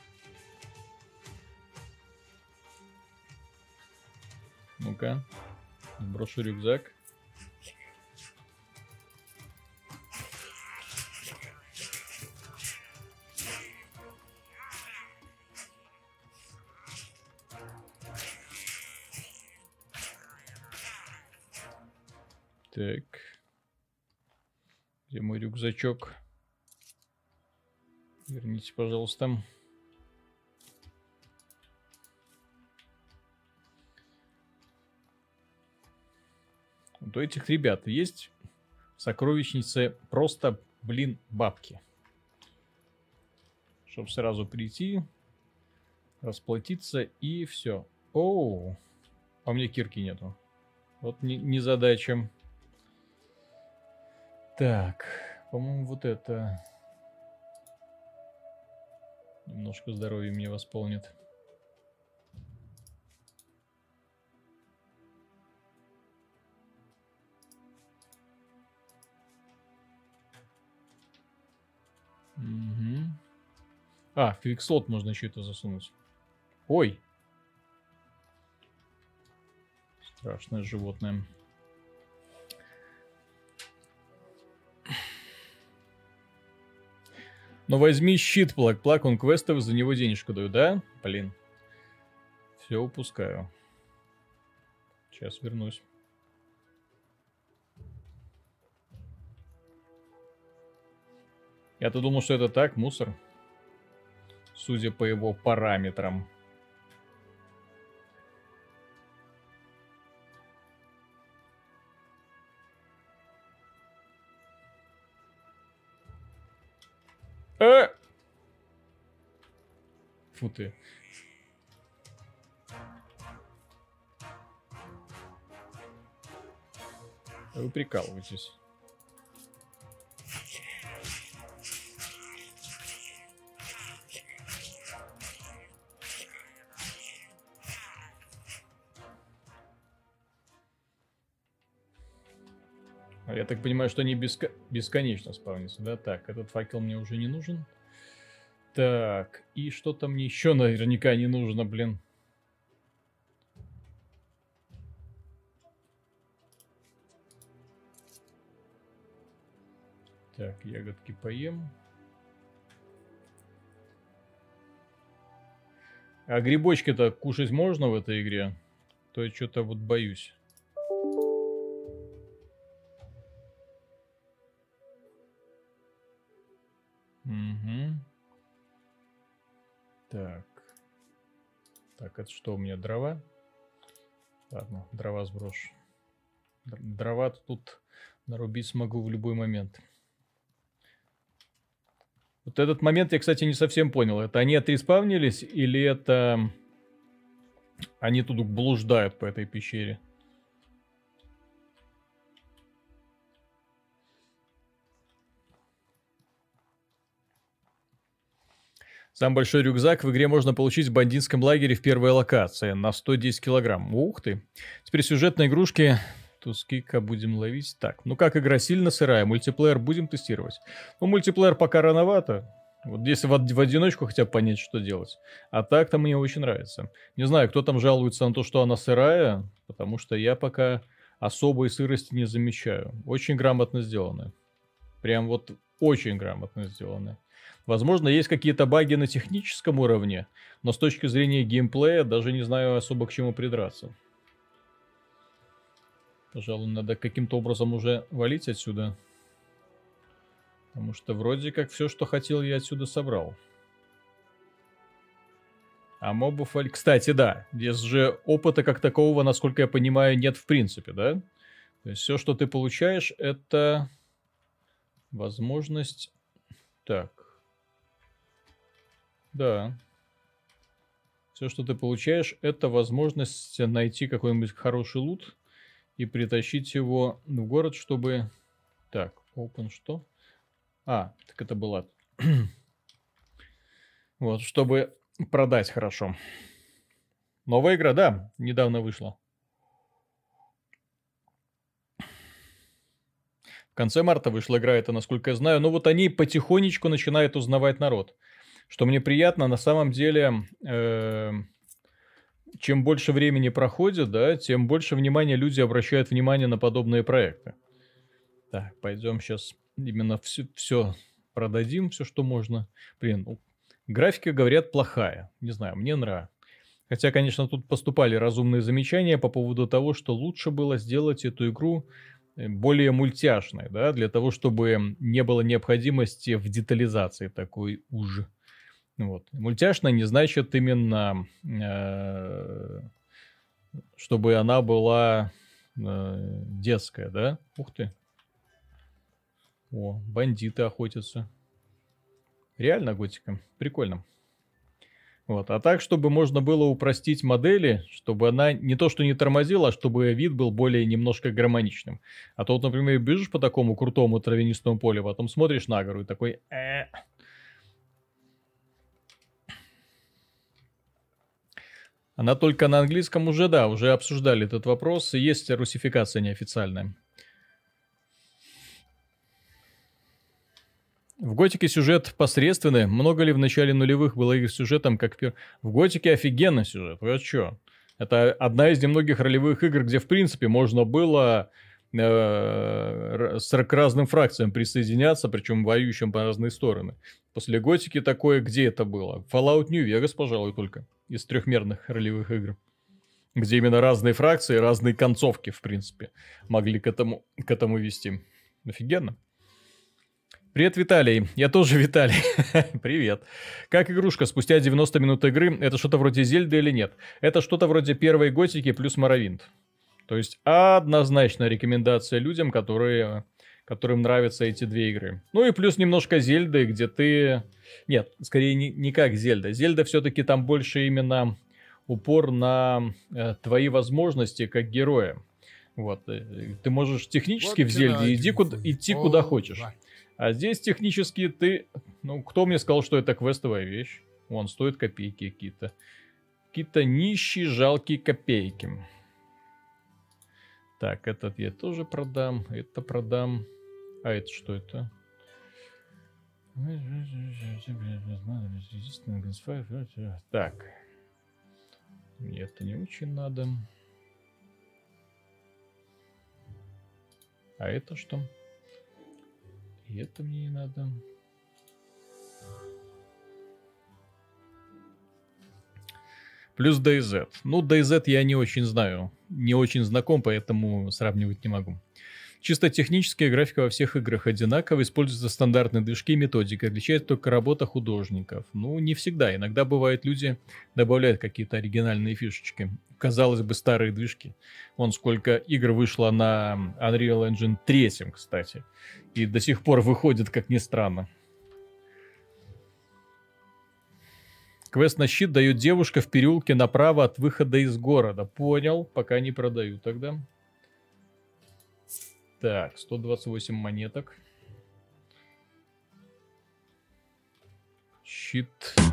Ну-ка, сброшу рюкзак. Так. Где мой рюкзачок? Верните, пожалуйста. Вот у этих ребят есть в сокровищнице просто, блин, бабки. Чтобы сразу прийти, расплатиться и все. Оу, а у меня кирки нету. Вот не задача. Так, по-моему, вот это... Немножко здоровья мне восполнит. Угу. А, в квикслот можно еще это засунуть. Ой! Страшное животное. Но возьми щит, плаг, он квестовый, за него денежку даю, да? Блин. Все упускаю. Сейчас вернусь. Я-то думал, что это так, мусор. Судя по его параметрам. Фу ты. Вы прикалываетесь. Я так понимаю, что они бесконечно спавнятся, да? Так, этот факел мне уже не нужен. Так, и что-то мне еще наверняка не нужно, блин. Так, ягодки поем. А грибочки-то кушать можно в этой игре? То я что-то вот боюсь. Угу. Так. Так, это что у меня, дрова? Ладно, дрова сброшу. Дрова тут нарубить смогу в любой момент. Вот этот момент я, кстати, не совсем понял. Это они отреспавнились или это они тут блуждают по этой пещере? Самый большой рюкзак в игре можно получить в бандитском лагере в первой локации на 110 килограмм. Ух ты. Теперь сюжетные игрушки. Тускика будем ловить. Так, ну как игра сильно сырая? Мультиплеер будем тестировать? Ну, мультиплеер пока рановато. Вот если в одиночку хотя бы понять, что делать. А так-то мне очень нравится. Не знаю, кто там жалуется на то, что она сырая, потому что я пока особой сырости не замечаю. Очень грамотно сделаны. Прям вот очень грамотно сделаны. Возможно, есть какие-то баги на техническом уровне, но с точки зрения геймплея даже не знаю особо к чему придраться. Пожалуй, надо каким-то образом уже валить отсюда. Потому что вроде как все, что хотел, я отсюда собрал. А мобов... Кстати, да, здесь же опыта как такового, насколько я понимаю, нет в принципе, да? То есть все, что ты получаешь, это возможность... Так. Да. Все, что ты получаешь, это возможность найти какой-нибудь хороший лут и притащить его в город, чтобы... Так, open что? А, так это была... Вот, чтобы продать хорошо. Новая игра, да, недавно вышла. В конце марта вышла игра, это насколько я знаю. Но вот они потихонечку начинают узнавать народ. Что мне приятно, на самом деле, чем больше времени проходит, да, тем больше внимания люди обращают внимание на подобные проекты. Так, пойдем сейчас именно все продадим, все, что можно. Блин, ну, графика, говорят, плохая. Не знаю, мне нравится. Хотя, конечно, тут поступали разумные замечания по поводу того, что лучше было сделать эту игру более мультяшной, да, для того, чтобы не было необходимости в детализации такой уж. Вот. Мультяшная не значит именно, чтобы она была детская, да? Ух ты. О, бандиты охотятся. Реально готика. Прикольно. Вот. А так, чтобы можно было упростить модели, чтобы она не то что не тормозила, а чтобы вид был более немножко гармоничным. А то вот, например, бежишь по такому крутому травянистому полю, потом смотришь на гору и такой... Она только на английском уже, да, уже обсуждали этот вопрос. И есть русификация неофициальная. В Готике сюжет посредственный. Много ли в начале нулевых было игр с сюжетом, как в Готике офигенный сюжет. Вот что? Это одна из немногих ролевых игр, где, в принципе, можно было к разным фракциям присоединяться, причем воюющим по разные стороны. После Готики такое, где это было? Fallout New Vegas, пожалуй, только. Из трехмерных ролевых игр. Где именно разные фракции, разные концовки, в принципе, могли к этому вести. Офигенно. Привет, Виталий. Я тоже Виталий. Привет. Как игрушка спустя 90 минут игры? Это что-то вроде Зельды или нет? Это что-то вроде первой Готики плюс Моровинд. То есть однозначно рекомендация людям, которым нравятся эти две игры. Ну и плюс немножко Зельды, где ты... Нет, скорее не как Зельда. Зельда все-таки там больше именно упор на твои возможности как героя. Вот. Ты можешь технически в Зельде идти куда хочешь. А здесь технически ты... Ну, кто мне сказал, что это квестовая вещь? Вон, стоит копейки какие-то. Какие-то нищие, жалкие копейки. Так, этот я тоже продам. Это продам. А это что это? Так. Мне это не очень надо. А это что? И это мне не надо. Плюс DayZ. Ну, DayZ я не очень знаю. Не очень знаком, поэтому сравнивать не могу. Чисто технически графика во всех играх одинакова. Используются стандартные движки и методика. Отличается только работа художников. Ну, не всегда. Иногда бывает, люди добавляют какие-то оригинальные фишечки. Казалось бы, старые движки. Вон сколько игр вышло на Unreal Engine 3, кстати. И до сих пор выходит, как ни странно. Квест на щит дает девушка в переулке направо от выхода из города. Понял, пока не продаю тогда. Так, 128 монеток. Щит.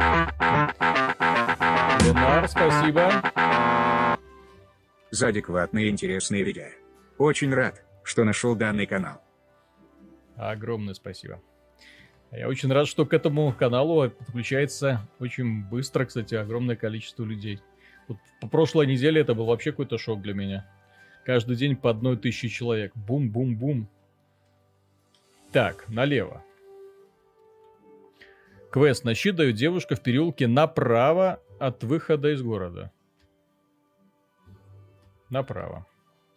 Ленар, спасибо. За адекватные и интересные видео. Очень рад, что нашел данный канал. Огромное спасибо. Я очень рад, что к этому каналу подключается очень быстро, кстати, огромное количество людей. Вот по прошлой неделе это был вообще какой-то шок для меня. Каждый день по 1000 человек. Бум-бум-бум. Так, налево. Квест. На щит дает девушка в переулке направо от выхода из города. Направо.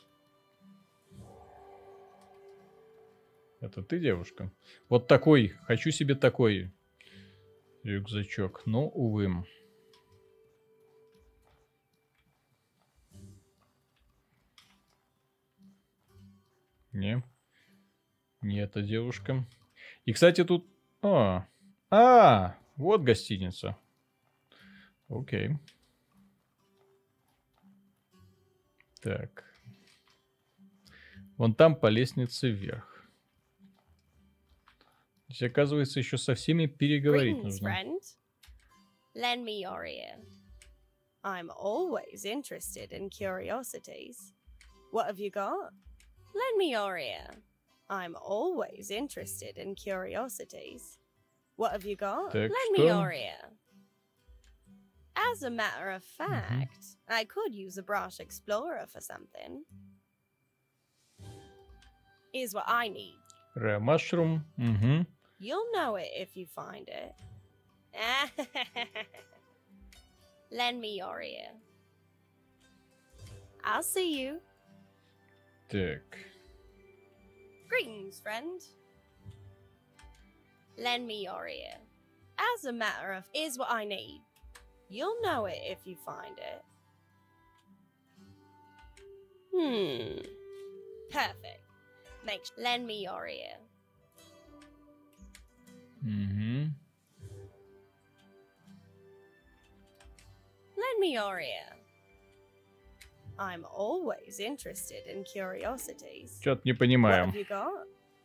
Это ты, девушка? Вот такой. Хочу себе такой рюкзачок. Но, увы. Не. Не эта девушка. И, кстати, тут... вот гостиница. Окей. Так. Вон там по лестнице вверх. Здесь, оказывается, еще со всеми переговорить нужно. Lend me your ear. I'm always interested in curiosities. What have you got? Lend me your ear. I'm always interested in curiosities. What have you got? Так, Lend me your ear. As a matter of fact, I could use a brush explorer for something. Here's what I need. Mushroom. Угу. You'll know it if you find it. Lend me your ear. I'll see you. Так. Greetings, friend. Lend me your ear. As a matter of, here's what I need. You'll know it if you find it. Perfect. Lend me your ear. Угу. Lend me your ear. I'm always interested in curiosities. Что-то не What понимаем. have you got?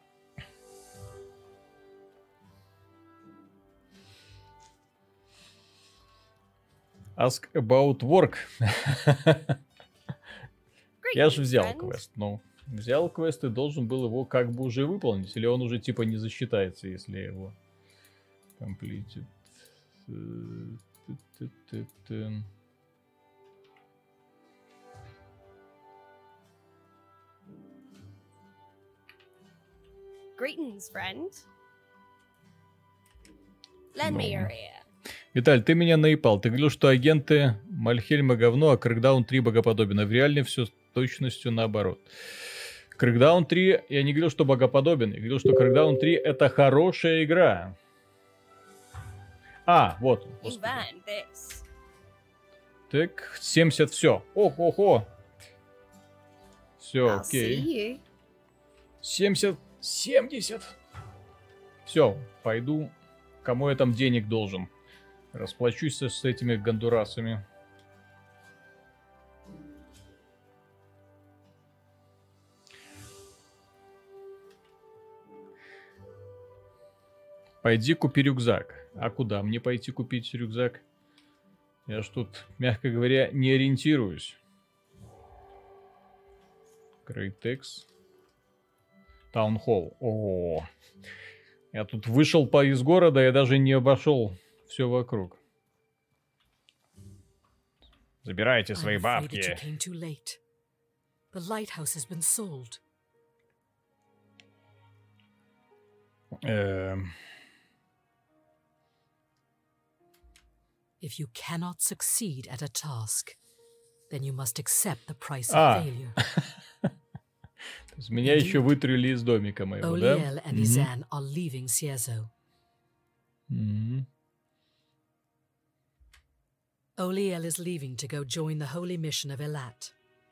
Ask about work. Я же Greetings, взял friend. квест. Ну, взял квест и должен был его как бы уже выполнить. Или он уже типа не засчитается, если я его completed. Greetings, friend. Lend me your ear. Виталь, ты меня наебал. Ты говорил, что агенты Мальхельма говно, а Крэкдаун 3 богоподобен. А в реальне все с точностью наоборот. Крэкдаун 3, я не говорил, что богоподобен. Я говорил, что Крэкдаун 3 это хорошая игра. Вот. You Господи. earned this. Так, 70, все. Ох-охо. Все, I'll see окей. you. 70. Все, пойду. Кому я там денег должен? Расплачусь с этими гондурасами. Пойди купи рюкзак. А куда мне пойти купить рюкзак? Я ж тут, мягко говоря, не ориентируюсь. Крейтэкс. Таунхолл. О, я тут вышел из города, я даже не обошел все вокруг. Забирайте свои бабки. If you cannot succeed at a task, then you must accept the price of failure. То есть меня еще вытурили из домика моего, да? Oliel and Izan are leaving Ciezo. Oliel is leaving to go join the holy mission of Elat.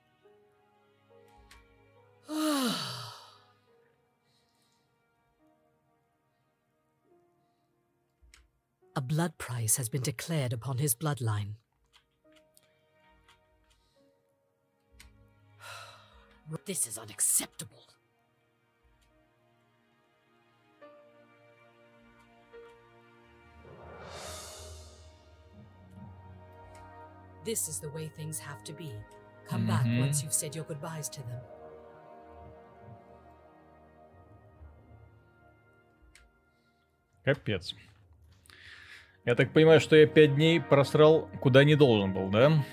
A blood price has been declared upon his bloodline. This is unacceptable. This is the way things have to be. Come back once you've said your goodbyes to them. Капец. Я так понимаю, что я 5 дней просрал, куда не должен был, да?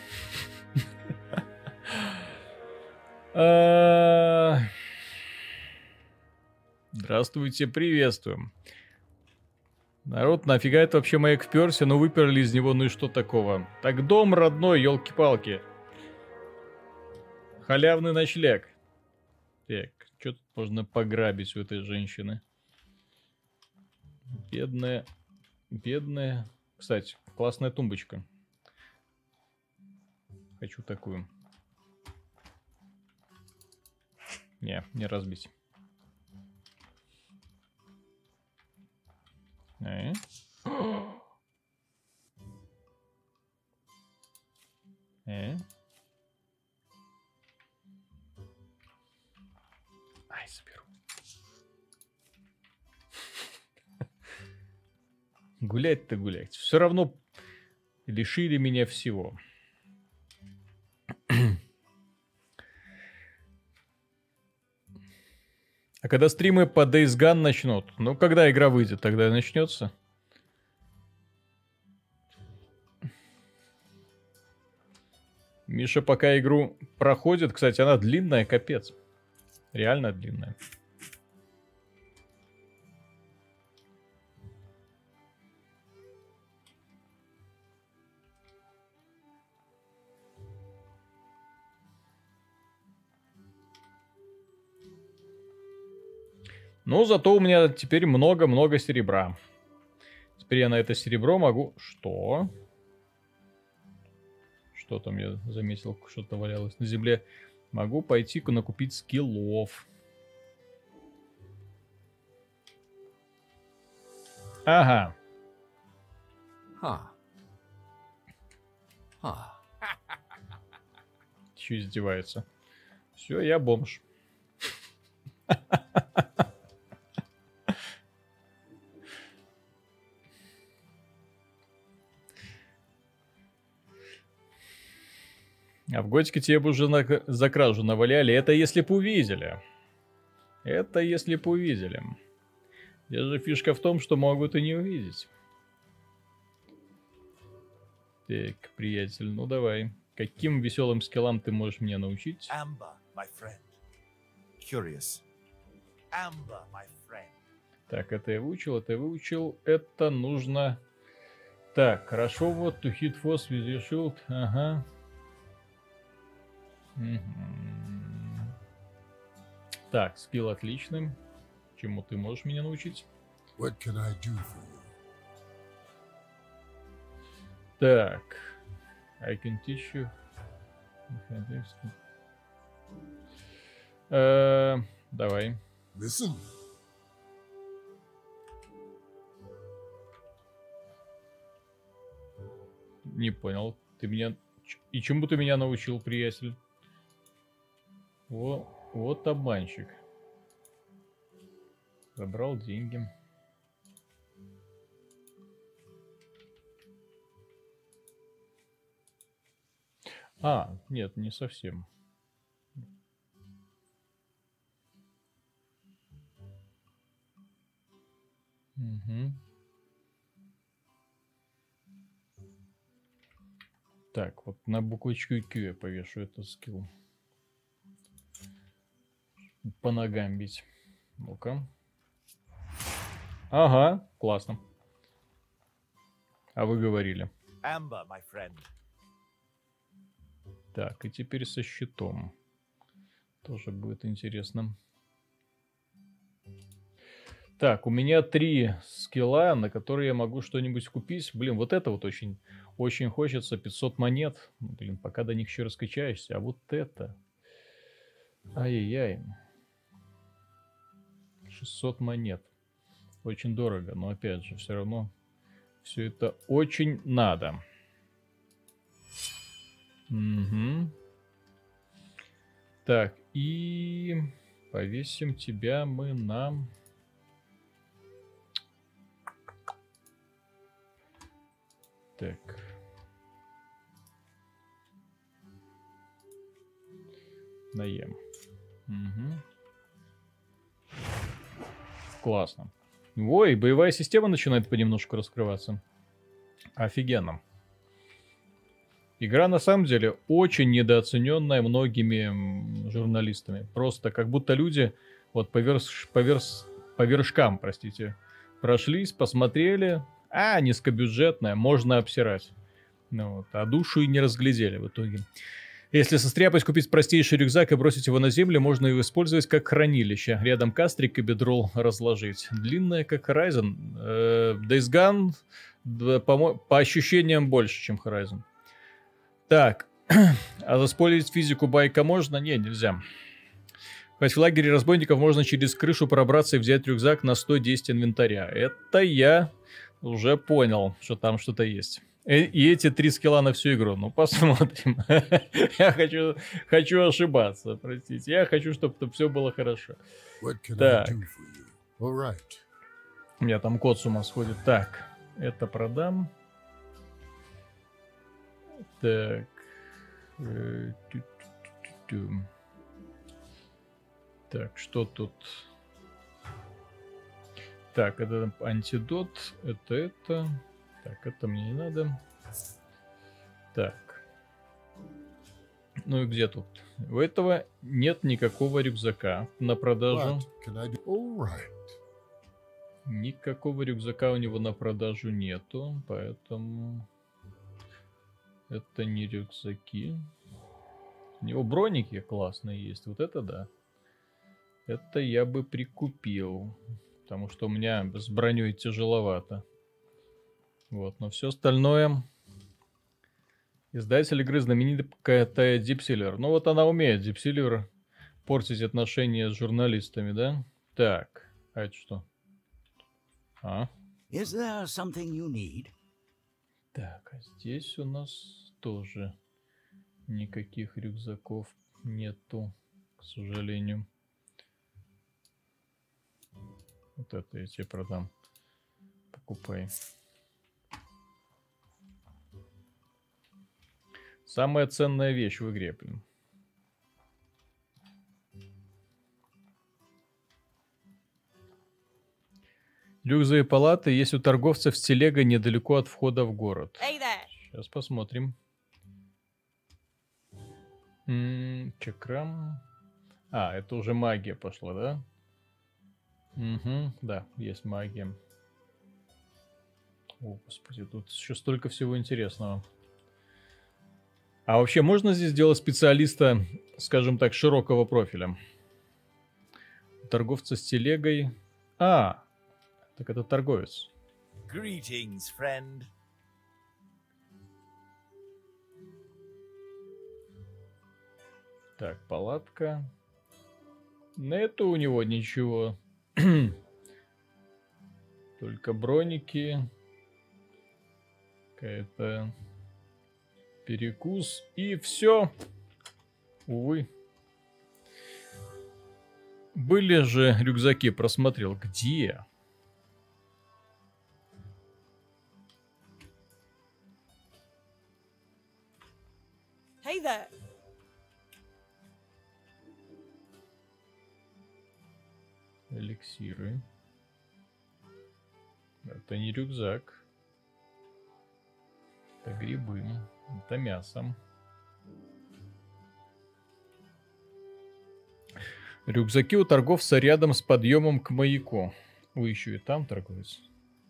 Здравствуйте, приветствуем. Народ, нафига это вообще маяк вперся? Ну выперли из него, ну и что такого? Так дом родной, елки-палки. Халявный ночлег. Так, что тут можно пограбить у этой женщины? Бедная. Бедная. Кстати, классная тумбочка. Хочу такую. Не разбить. Ай, заберу. Гулять-то гулять. Все равно лишили меня всего. А когда стримы по Days Gone начнут? Ну, когда игра выйдет, тогда и начнется. Миша пока игру проходит. Кстати, она длинная, капец. Реально длинная. Но зато у меня теперь много-много серебра. Теперь я на это серебро могу... Что? Что там я заметил? Что-то валялось на земле. Могу пойти накупить скиллов. Ага. Еще издевается. Все, я бомж. А в Готике тебе бы уже за кражу наваляли. Это если б увидели. Это если б увидели. Здесь же фишка в том, что могут и не увидеть. Так, приятель, ну давай. Каким веселым скиллам ты можешь меня научить? Amber, my friend. Curious. Amber, my friend. Так, это я выучил, это я выучил. Это нужно... Так, хорошо, вот, to hit force with your shield. Ага. Так, скилл отличный. Чему ты можешь меня научить? What can I do for you? Так. I can teach you. Давай. Listen. Не понял. Ты меня... И чему ты меня научил, приятель? Вот обманщик. Забрал деньги. А, нет, не совсем. Угу. Так, вот на буквочку Q я повешу этот скилл. По ногам бить. Ну-ка. Ага, классно. А вы говорили. Amber, my friend. Так, и теперь со щитом. Тоже будет интересно. Так, у меня 3 скилла, на которые я могу что-нибудь купить. Блин, вот это вот очень, очень хочется. 500 монет. Блин, пока до них еще раскачаешься. А вот это... Ай-яй-яй. 600 монет. Очень дорого, но опять же, все равно все это очень надо. Угу. Так, и повесим тебя мы на... Так. На Е. Угу. Классно. Ой, боевая система начинает понемножку раскрываться. Офигенно. Игра на самом деле очень недооцененная многими журналистами. Просто как будто люди вот по вершкам, простите, прошлись, посмотрели. Низкобюджетная, можно обсирать. Ну, вот, а душу и не разглядели в итоге. Если состряпать, купить простейший рюкзак и бросить его на землю, можно его использовать как хранилище. Рядом кастрик и бедрол разложить. Длинная, как Horizon. Days Gone, по ощущениям, больше, чем Horizon. Так. А заспойлерить физику байка можно? Не, нельзя. Хоть в лагере разбойников можно через крышу пробраться и взять рюкзак на 110 инвентаря. Это я уже понял, что там что-то есть. И эти 3 скилла на всю игру. Ну, посмотрим. Я хочу ошибаться, простите. Я хочу, чтобы все было хорошо. Так. У меня там кот с ума сходит. Так, это продам. Так. Так, что тут? Так, это антидот. Это. Так, это мне не надо. Так. Ну и где тут? У этого нет никакого рюкзака на продажу. Никакого рюкзака у него на продажу нету, поэтому это не рюкзаки. У него броники классные есть, вот это да. Это я бы прикупил, потому что у меня с броней тяжеловато. Вот, но все остальное... Издатель игры знаменитая Deep Silver. Ну вот она умеет, Deep Silver, портить отношения с журналистами, да? Так, а это что? Is there something you need? Так, а здесь у нас тоже никаких рюкзаков нету, к сожалению. Вот это я тебе продам. Покупай. Самая ценная вещь в игре, блин. Люксовые палаты есть у торговцев с телегой недалеко от входа в город. Сейчас посмотрим. Чакрам. Это уже магия пошла, да? Угу, да, есть магия. О, господи, тут еще столько всего интересного. А вообще можно здесь сделать специалиста, скажем так, широкого профиля? Торговца с телегой. Так это торговец. Greetings, friend. Так, палатка. Нету у него ничего. Только броники. Какая-то... перекус. И все. Увы. Были же рюкзаки, просмотрел. Где? Hey there. Эликсиры. Это не рюкзак. Это грибы. Это мясо. Рюкзаки у торговца рядом с подъемом к маяку. Вы еще и там торговец.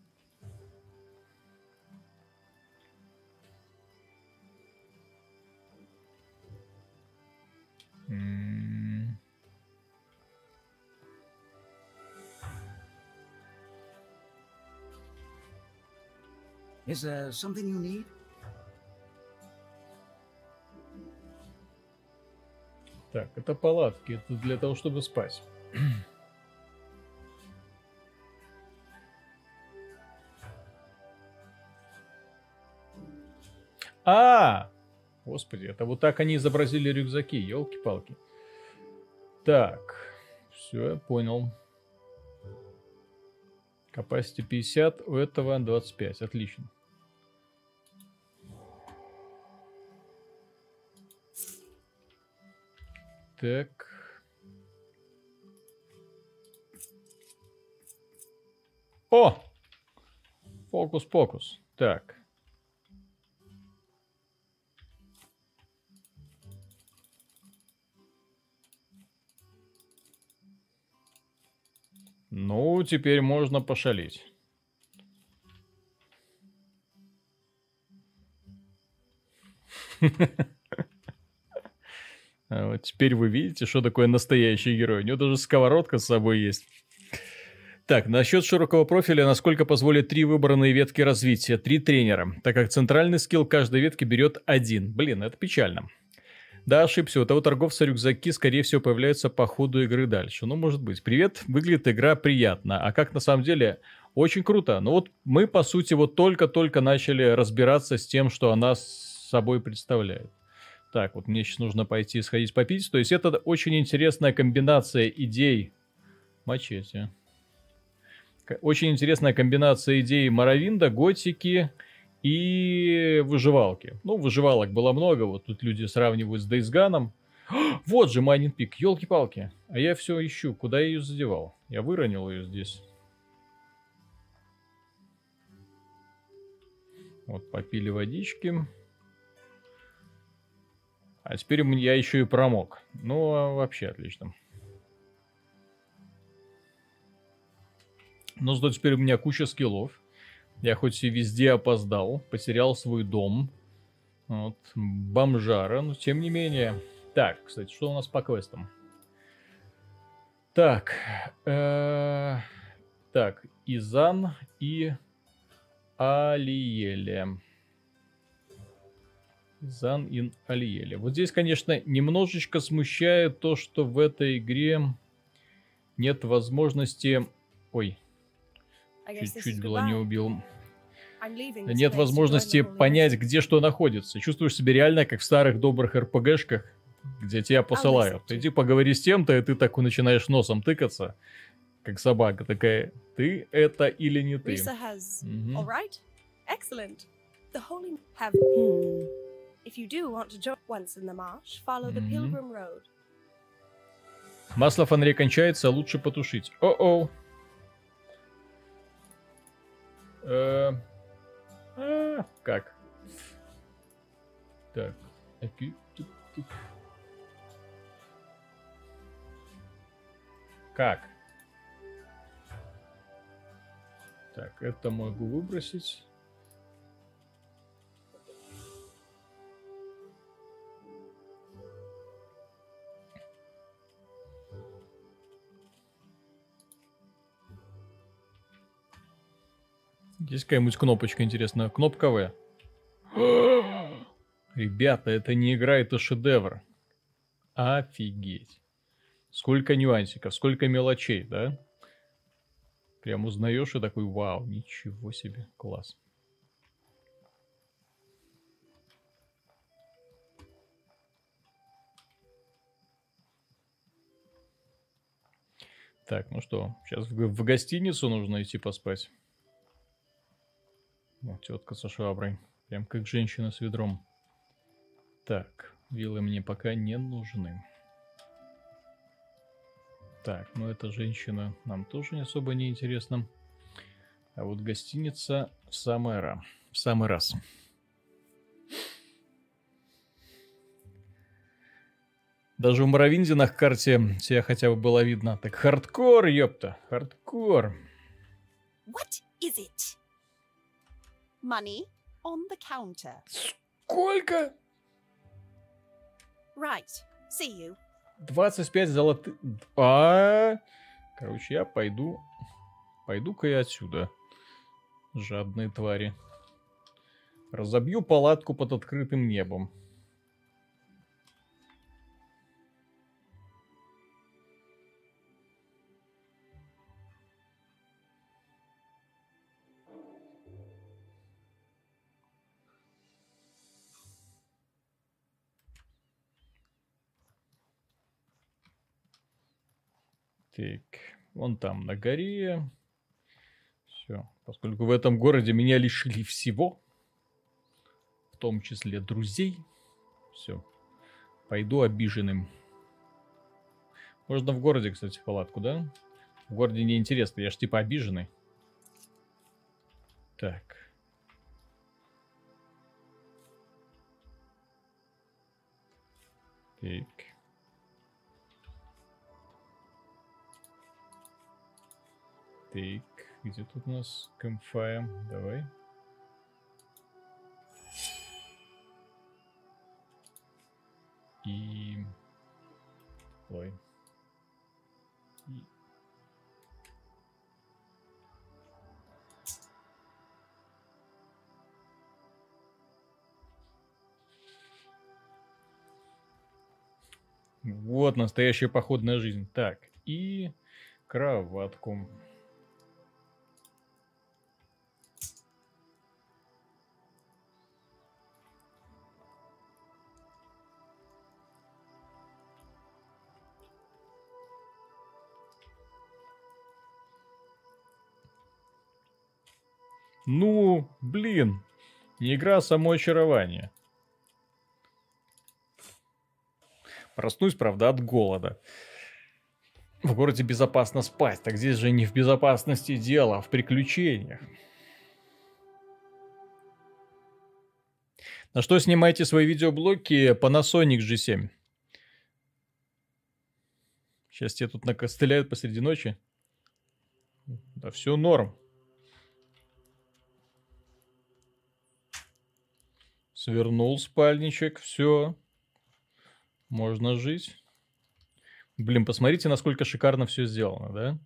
Is there something you need? Так, это палатки. Это для того, чтобы спать. Господи, это вот так они изобразили рюкзаки. Ёлки-палки. Так, все, я понял. Capacity 50, у этого 25. Отлично. Так. О! Фокус-покус. Так. Ну, теперь можно пошалить. А вот теперь вы видите, что такое настоящий герой. У него даже сковородка с собой есть. Так, насчет широкого профиля, насколько позволят 3 выбранные ветки развития, 3 тренера, так как центральный скилл каждой ветки берет 1. Блин, это печально. Да, ошибся, у того торговца рюкзаки, скорее всего, появляются по ходу игры дальше. Ну, может быть. Привет, выглядит игра приятно, а как на самом деле очень круто. Ну вот мы, по сути, вот только-только начали разбираться с тем, что она собой представляет. Так, вот мне сейчас нужно пойти сходить попить. То есть это очень интересная комбинация идей. Мачете. Очень интересная комбинация идей Моровинда, Готики и выживалки. Ну, выживалок было много. Вот тут люди сравнивают с Days Gone. Вот же Майнинг Пик, елки-палки. А я все ищу, куда я ее задевал. Я выронил ее здесь. Вот, попили водички. А теперь я еще и промок. Ну, вообще отлично. Но зато теперь у меня куча скиллов. Я хоть и везде опоздал, потерял свой дом. Вот, бомжара, но тем не менее. Так, кстати, что у нас по квестам? Так, так, Изан и Алиеле. Изан и Алиеле. Вот здесь, конечно, немножечко смущает то, что в этой игре нет возможности... Ой, чуть было не убил. Нет возможности понять, где что находится. Чувствуешь себя реально, как в старых добрых РПГшках, где тебя посылают. Иди поговори с тем-то, и ты так начинаешь носом тыкаться, как собака такая. Ты это или не ты? Масло в фонаре кончается, лучше потушить. О-оу. Как? Так. Как? Так, это могу выбросить. Есть какая-нибудь кнопочка интересная? Кнопка В. Ребята, это не игра, это шедевр. Офигеть. Сколько нюансиков, сколько мелочей, да? Прям узнаешь и такой, вау, ничего себе, класс. Так, ну что, сейчас в гостиницу нужно идти поспать. Вот тетка со шваброй. Прям как женщина с ведром. Так, вилы мне пока не нужны. Так, ну эта женщина нам тоже не особо не интересна. А вот гостиница в самый раз. Даже в Моровинде на карте тебя хотя бы было видно. Так хардкор, ёпта, хардкор. What is it? Money on the counter. Сколько? Right. See you. 25 золотых. Короче, я пойду-ка я отсюда. Жадные твари. Разобью палатку под открытым небом. Так, вон там на горе. Все. Поскольку в этом городе меня лишили всего, в том числе друзей, все. Пойду обиженным. Можно в городе, кстати, палатку, да? В городе неинтересно, я ж типа обиженный. Так. Так. Так, где тут у нас Campfire? Давай. И... Ой. И... Вот настоящая походная жизнь. Так, и кроватку. Ну, блин, не игра, а само очарование. Проснусь, правда, от голода. В городе безопасно спать, так здесь же не в безопасности дело, а в приключениях. На что снимаете свои видеоблоки? Panasonic G7. Сейчас тебе тут накостыляют посреди ночи. Да все норм. Свернул спальничек, все. Можно жить. Блин, посмотрите, насколько шикарно все сделано, да?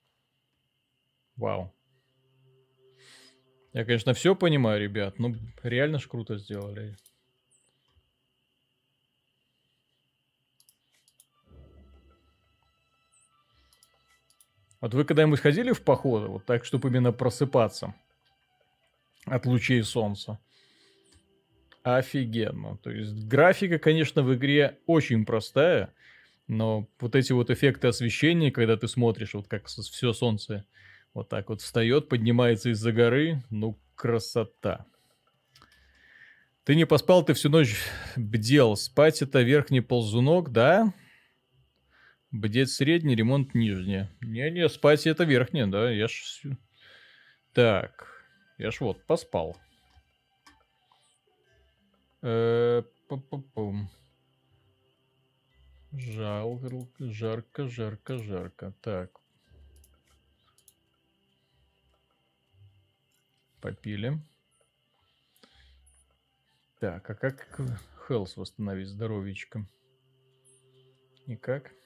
Вау. Я, конечно, все понимаю, ребят, но реально ж круто сделали. Вот вы когда-нибудь ходили в походы, вот так, чтобы именно просыпаться от лучей солнца? Офигенно. То есть графика, конечно, в игре очень простая, но вот эти вот эффекты освещения, когда ты смотришь, вот как все солнце вот так вот встает, поднимается из-за горы, ну, красота. Ты не поспал, ты всю ночь бдел. Спать это верхний ползунок, да? Бдеть средний, ремонт нижний. Не-не, спать это верхний, да, я ж... Так, я ж вот поспал. Пум-пум-пум. Жарко, жарко, жарко. Так. Попили. Так, а как Хелс восстановить? Здоровичка. Никак.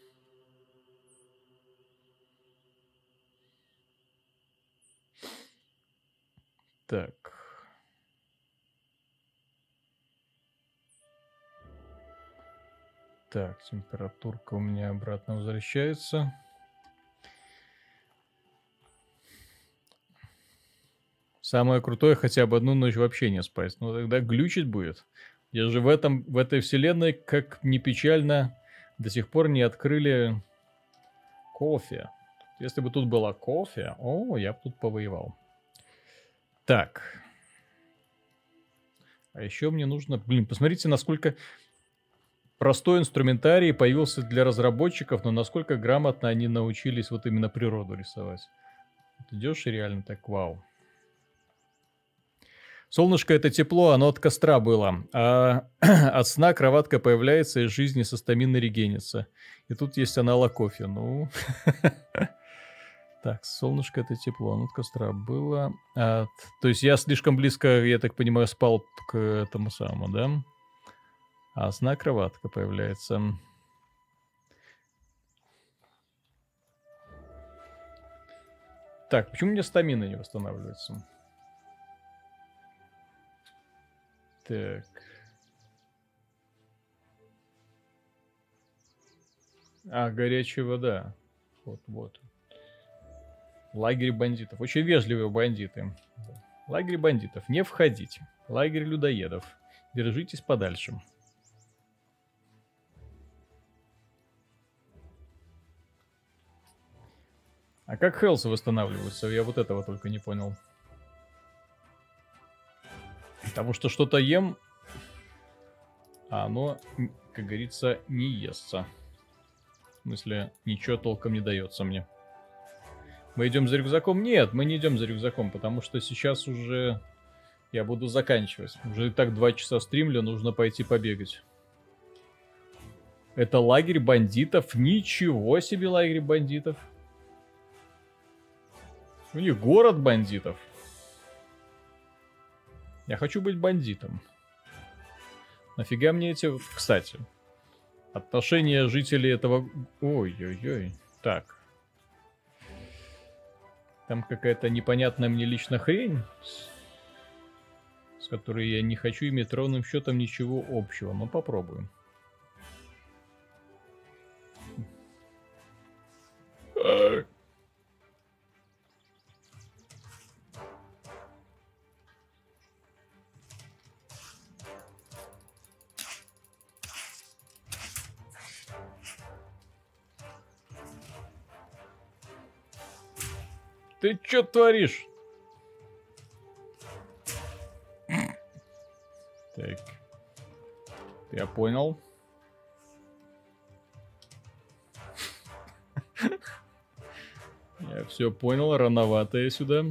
Так. Так, температурка у меня обратно возвращается. Самое крутое, хотя бы одну ночь вообще не спать. Ну тогда глючить будет. Я же в этой вселенной, как ни печально, до сих пор не открыли кофе. Если бы тут было кофе, я бы тут повоевал. Так. А еще мне нужно... Блин, посмотрите, насколько... Простой инструментарий появился для разработчиков, но насколько грамотно они научились вот именно природу рисовать. Вот идешь и реально так, вау. Солнышко — это тепло, оно от костра было. А от сна кроватка появляется, из жизни со стамины регенится. И тут есть аналог кофе. Ну... Так, солнышко — это тепло, оно от костра было. То есть я слишком близко, я так понимаю, спал к этому самому, да? А сна кроватка появляется. Так, почему у меня стамина не восстанавливается? Так. Горячая вода. Вот. Лагерь бандитов. Очень вежливые бандиты. Лагерь бандитов. Не входить. Лагерь людоедов. Держитесь подальше. А как хелсы восстанавливаются? Я вот этого только не понял. Потому что что-то ем, а оно, как говорится, не естся. В смысле, ничего толком не дается мне. Мы идем за рюкзаком? Нет, мы не идем за рюкзаком, потому что сейчас уже я буду заканчивать. Уже и так 2 часа стримлю, нужно пойти побегать. Это лагерь бандитов? Ничего себе лагерь бандитов. У них город бандитов. Я хочу быть бандитом. Нафига мне эти... Кстати, отношения жителей этого... Ой-ой-ой. Так. Там какая-то непонятная мне лично хрень, с которой я не хочу иметь ровным счетом ничего общего. Но попробуем. Ты чё творишь? Так. Я понял. Я все понял, рановато я сюда.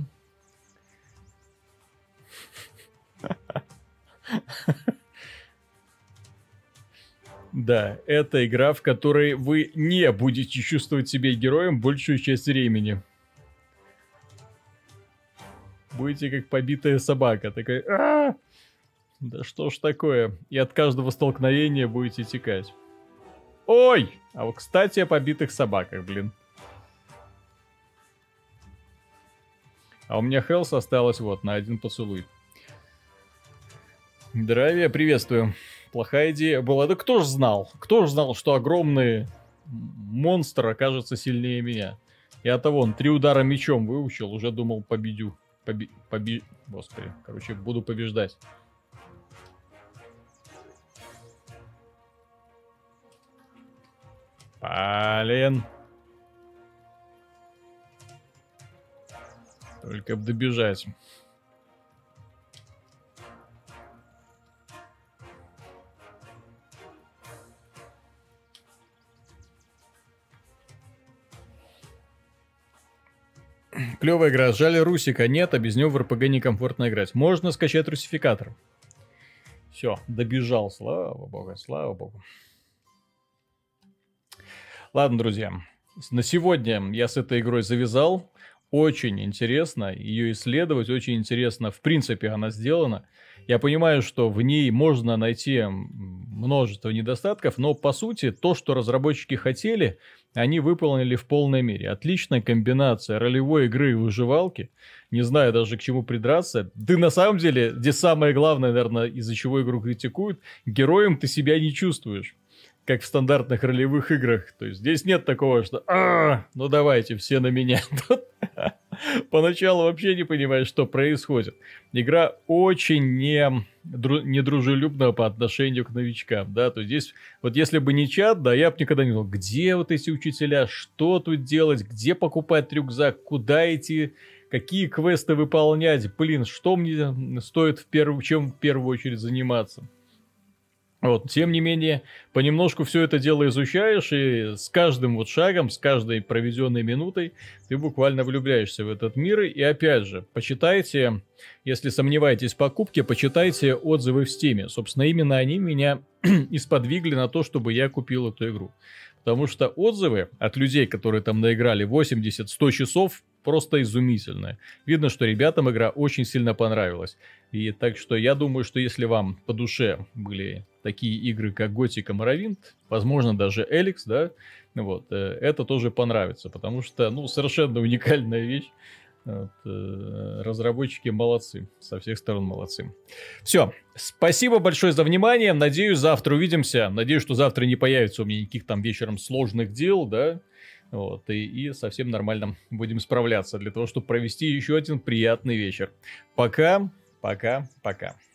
Да, это игра, в которой вы не будете чувствовать себя героем большую часть времени. Будете как побитая собака. Такая... А-а-а! Да что ж такое? И от каждого столкновения будете текать. Ой! А вот, кстати, о побитых собаках, блин. А у меня хелс осталось вот на 1 поцелуй. Здравия, приветствую. Плохая идея была. Да кто ж знал? Кто ж знал, что огромный монстр окажется сильнее меня? Я-то вон 3 удара мечом выучил, уже думал победю. Господи, короче, буду побеждать. Блин. Только бы добежать. Клевая игра. Жаль, Русика нет, а без него в РПГ некомфортно играть. Можно скачать русификатор. Все, добежал. Слава богу, слава богу. Ладно, друзья. На сегодня я с этой игрой завязал. Очень интересно ее исследовать, очень интересно, в принципе, она сделана. Я понимаю, что в ней можно найти множество недостатков, но, по сути, то, что разработчики хотели, они выполнили в полной мере. Отличная комбинация ролевой игры и выживалки. Не знаю даже, к чему придраться. Да на самом деле, здесь самое главное, наверное, из-за чего игру критикуют, героем ты себя не чувствуешь. Как в стандартных ролевых играх. То есть здесь нет такого, что ну давайте, все на меня. Поначалу вообще не понимаешь, что происходит. Игра очень недружелюбна по отношению к новичкам. Да? То есть здесь, вот если бы не чат, да, я бы никогда не думал, где вот эти учителя, что тут делать, где покупать рюкзак, куда идти, какие квесты выполнять. Блин, что мне стоит чем в первую очередь заниматься. Вот, тем не менее, понемножку все это дело изучаешь, и с каждым вот шагом, с каждой проведенной минутой ты буквально влюбляешься в этот мир. И опять же, почитайте, если сомневаетесь в покупке, почитайте отзывы в Стиме. Собственно, именно они меня и сподвигли на то, чтобы я купил эту игру. Потому что отзывы от людей, которые там наиграли 80-100 часов, просто изумительные. Видно, что ребятам игра очень сильно понравилась. И так что я думаю, что если вам по душе были такие игры, как Gothic и Morrowind, возможно, даже Alyx, да, вот, это тоже понравится. Потому что, ну, совершенно уникальная вещь. Вот, разработчики молодцы, со всех сторон молодцы. Все, спасибо большое за внимание. Надеюсь, завтра увидимся. Надеюсь, что завтра не появится у меня никаких там вечером сложных дел, да. Вот, и совсем нормально будем справляться для того, чтобы провести еще один приятный вечер. Пока, пока, пока.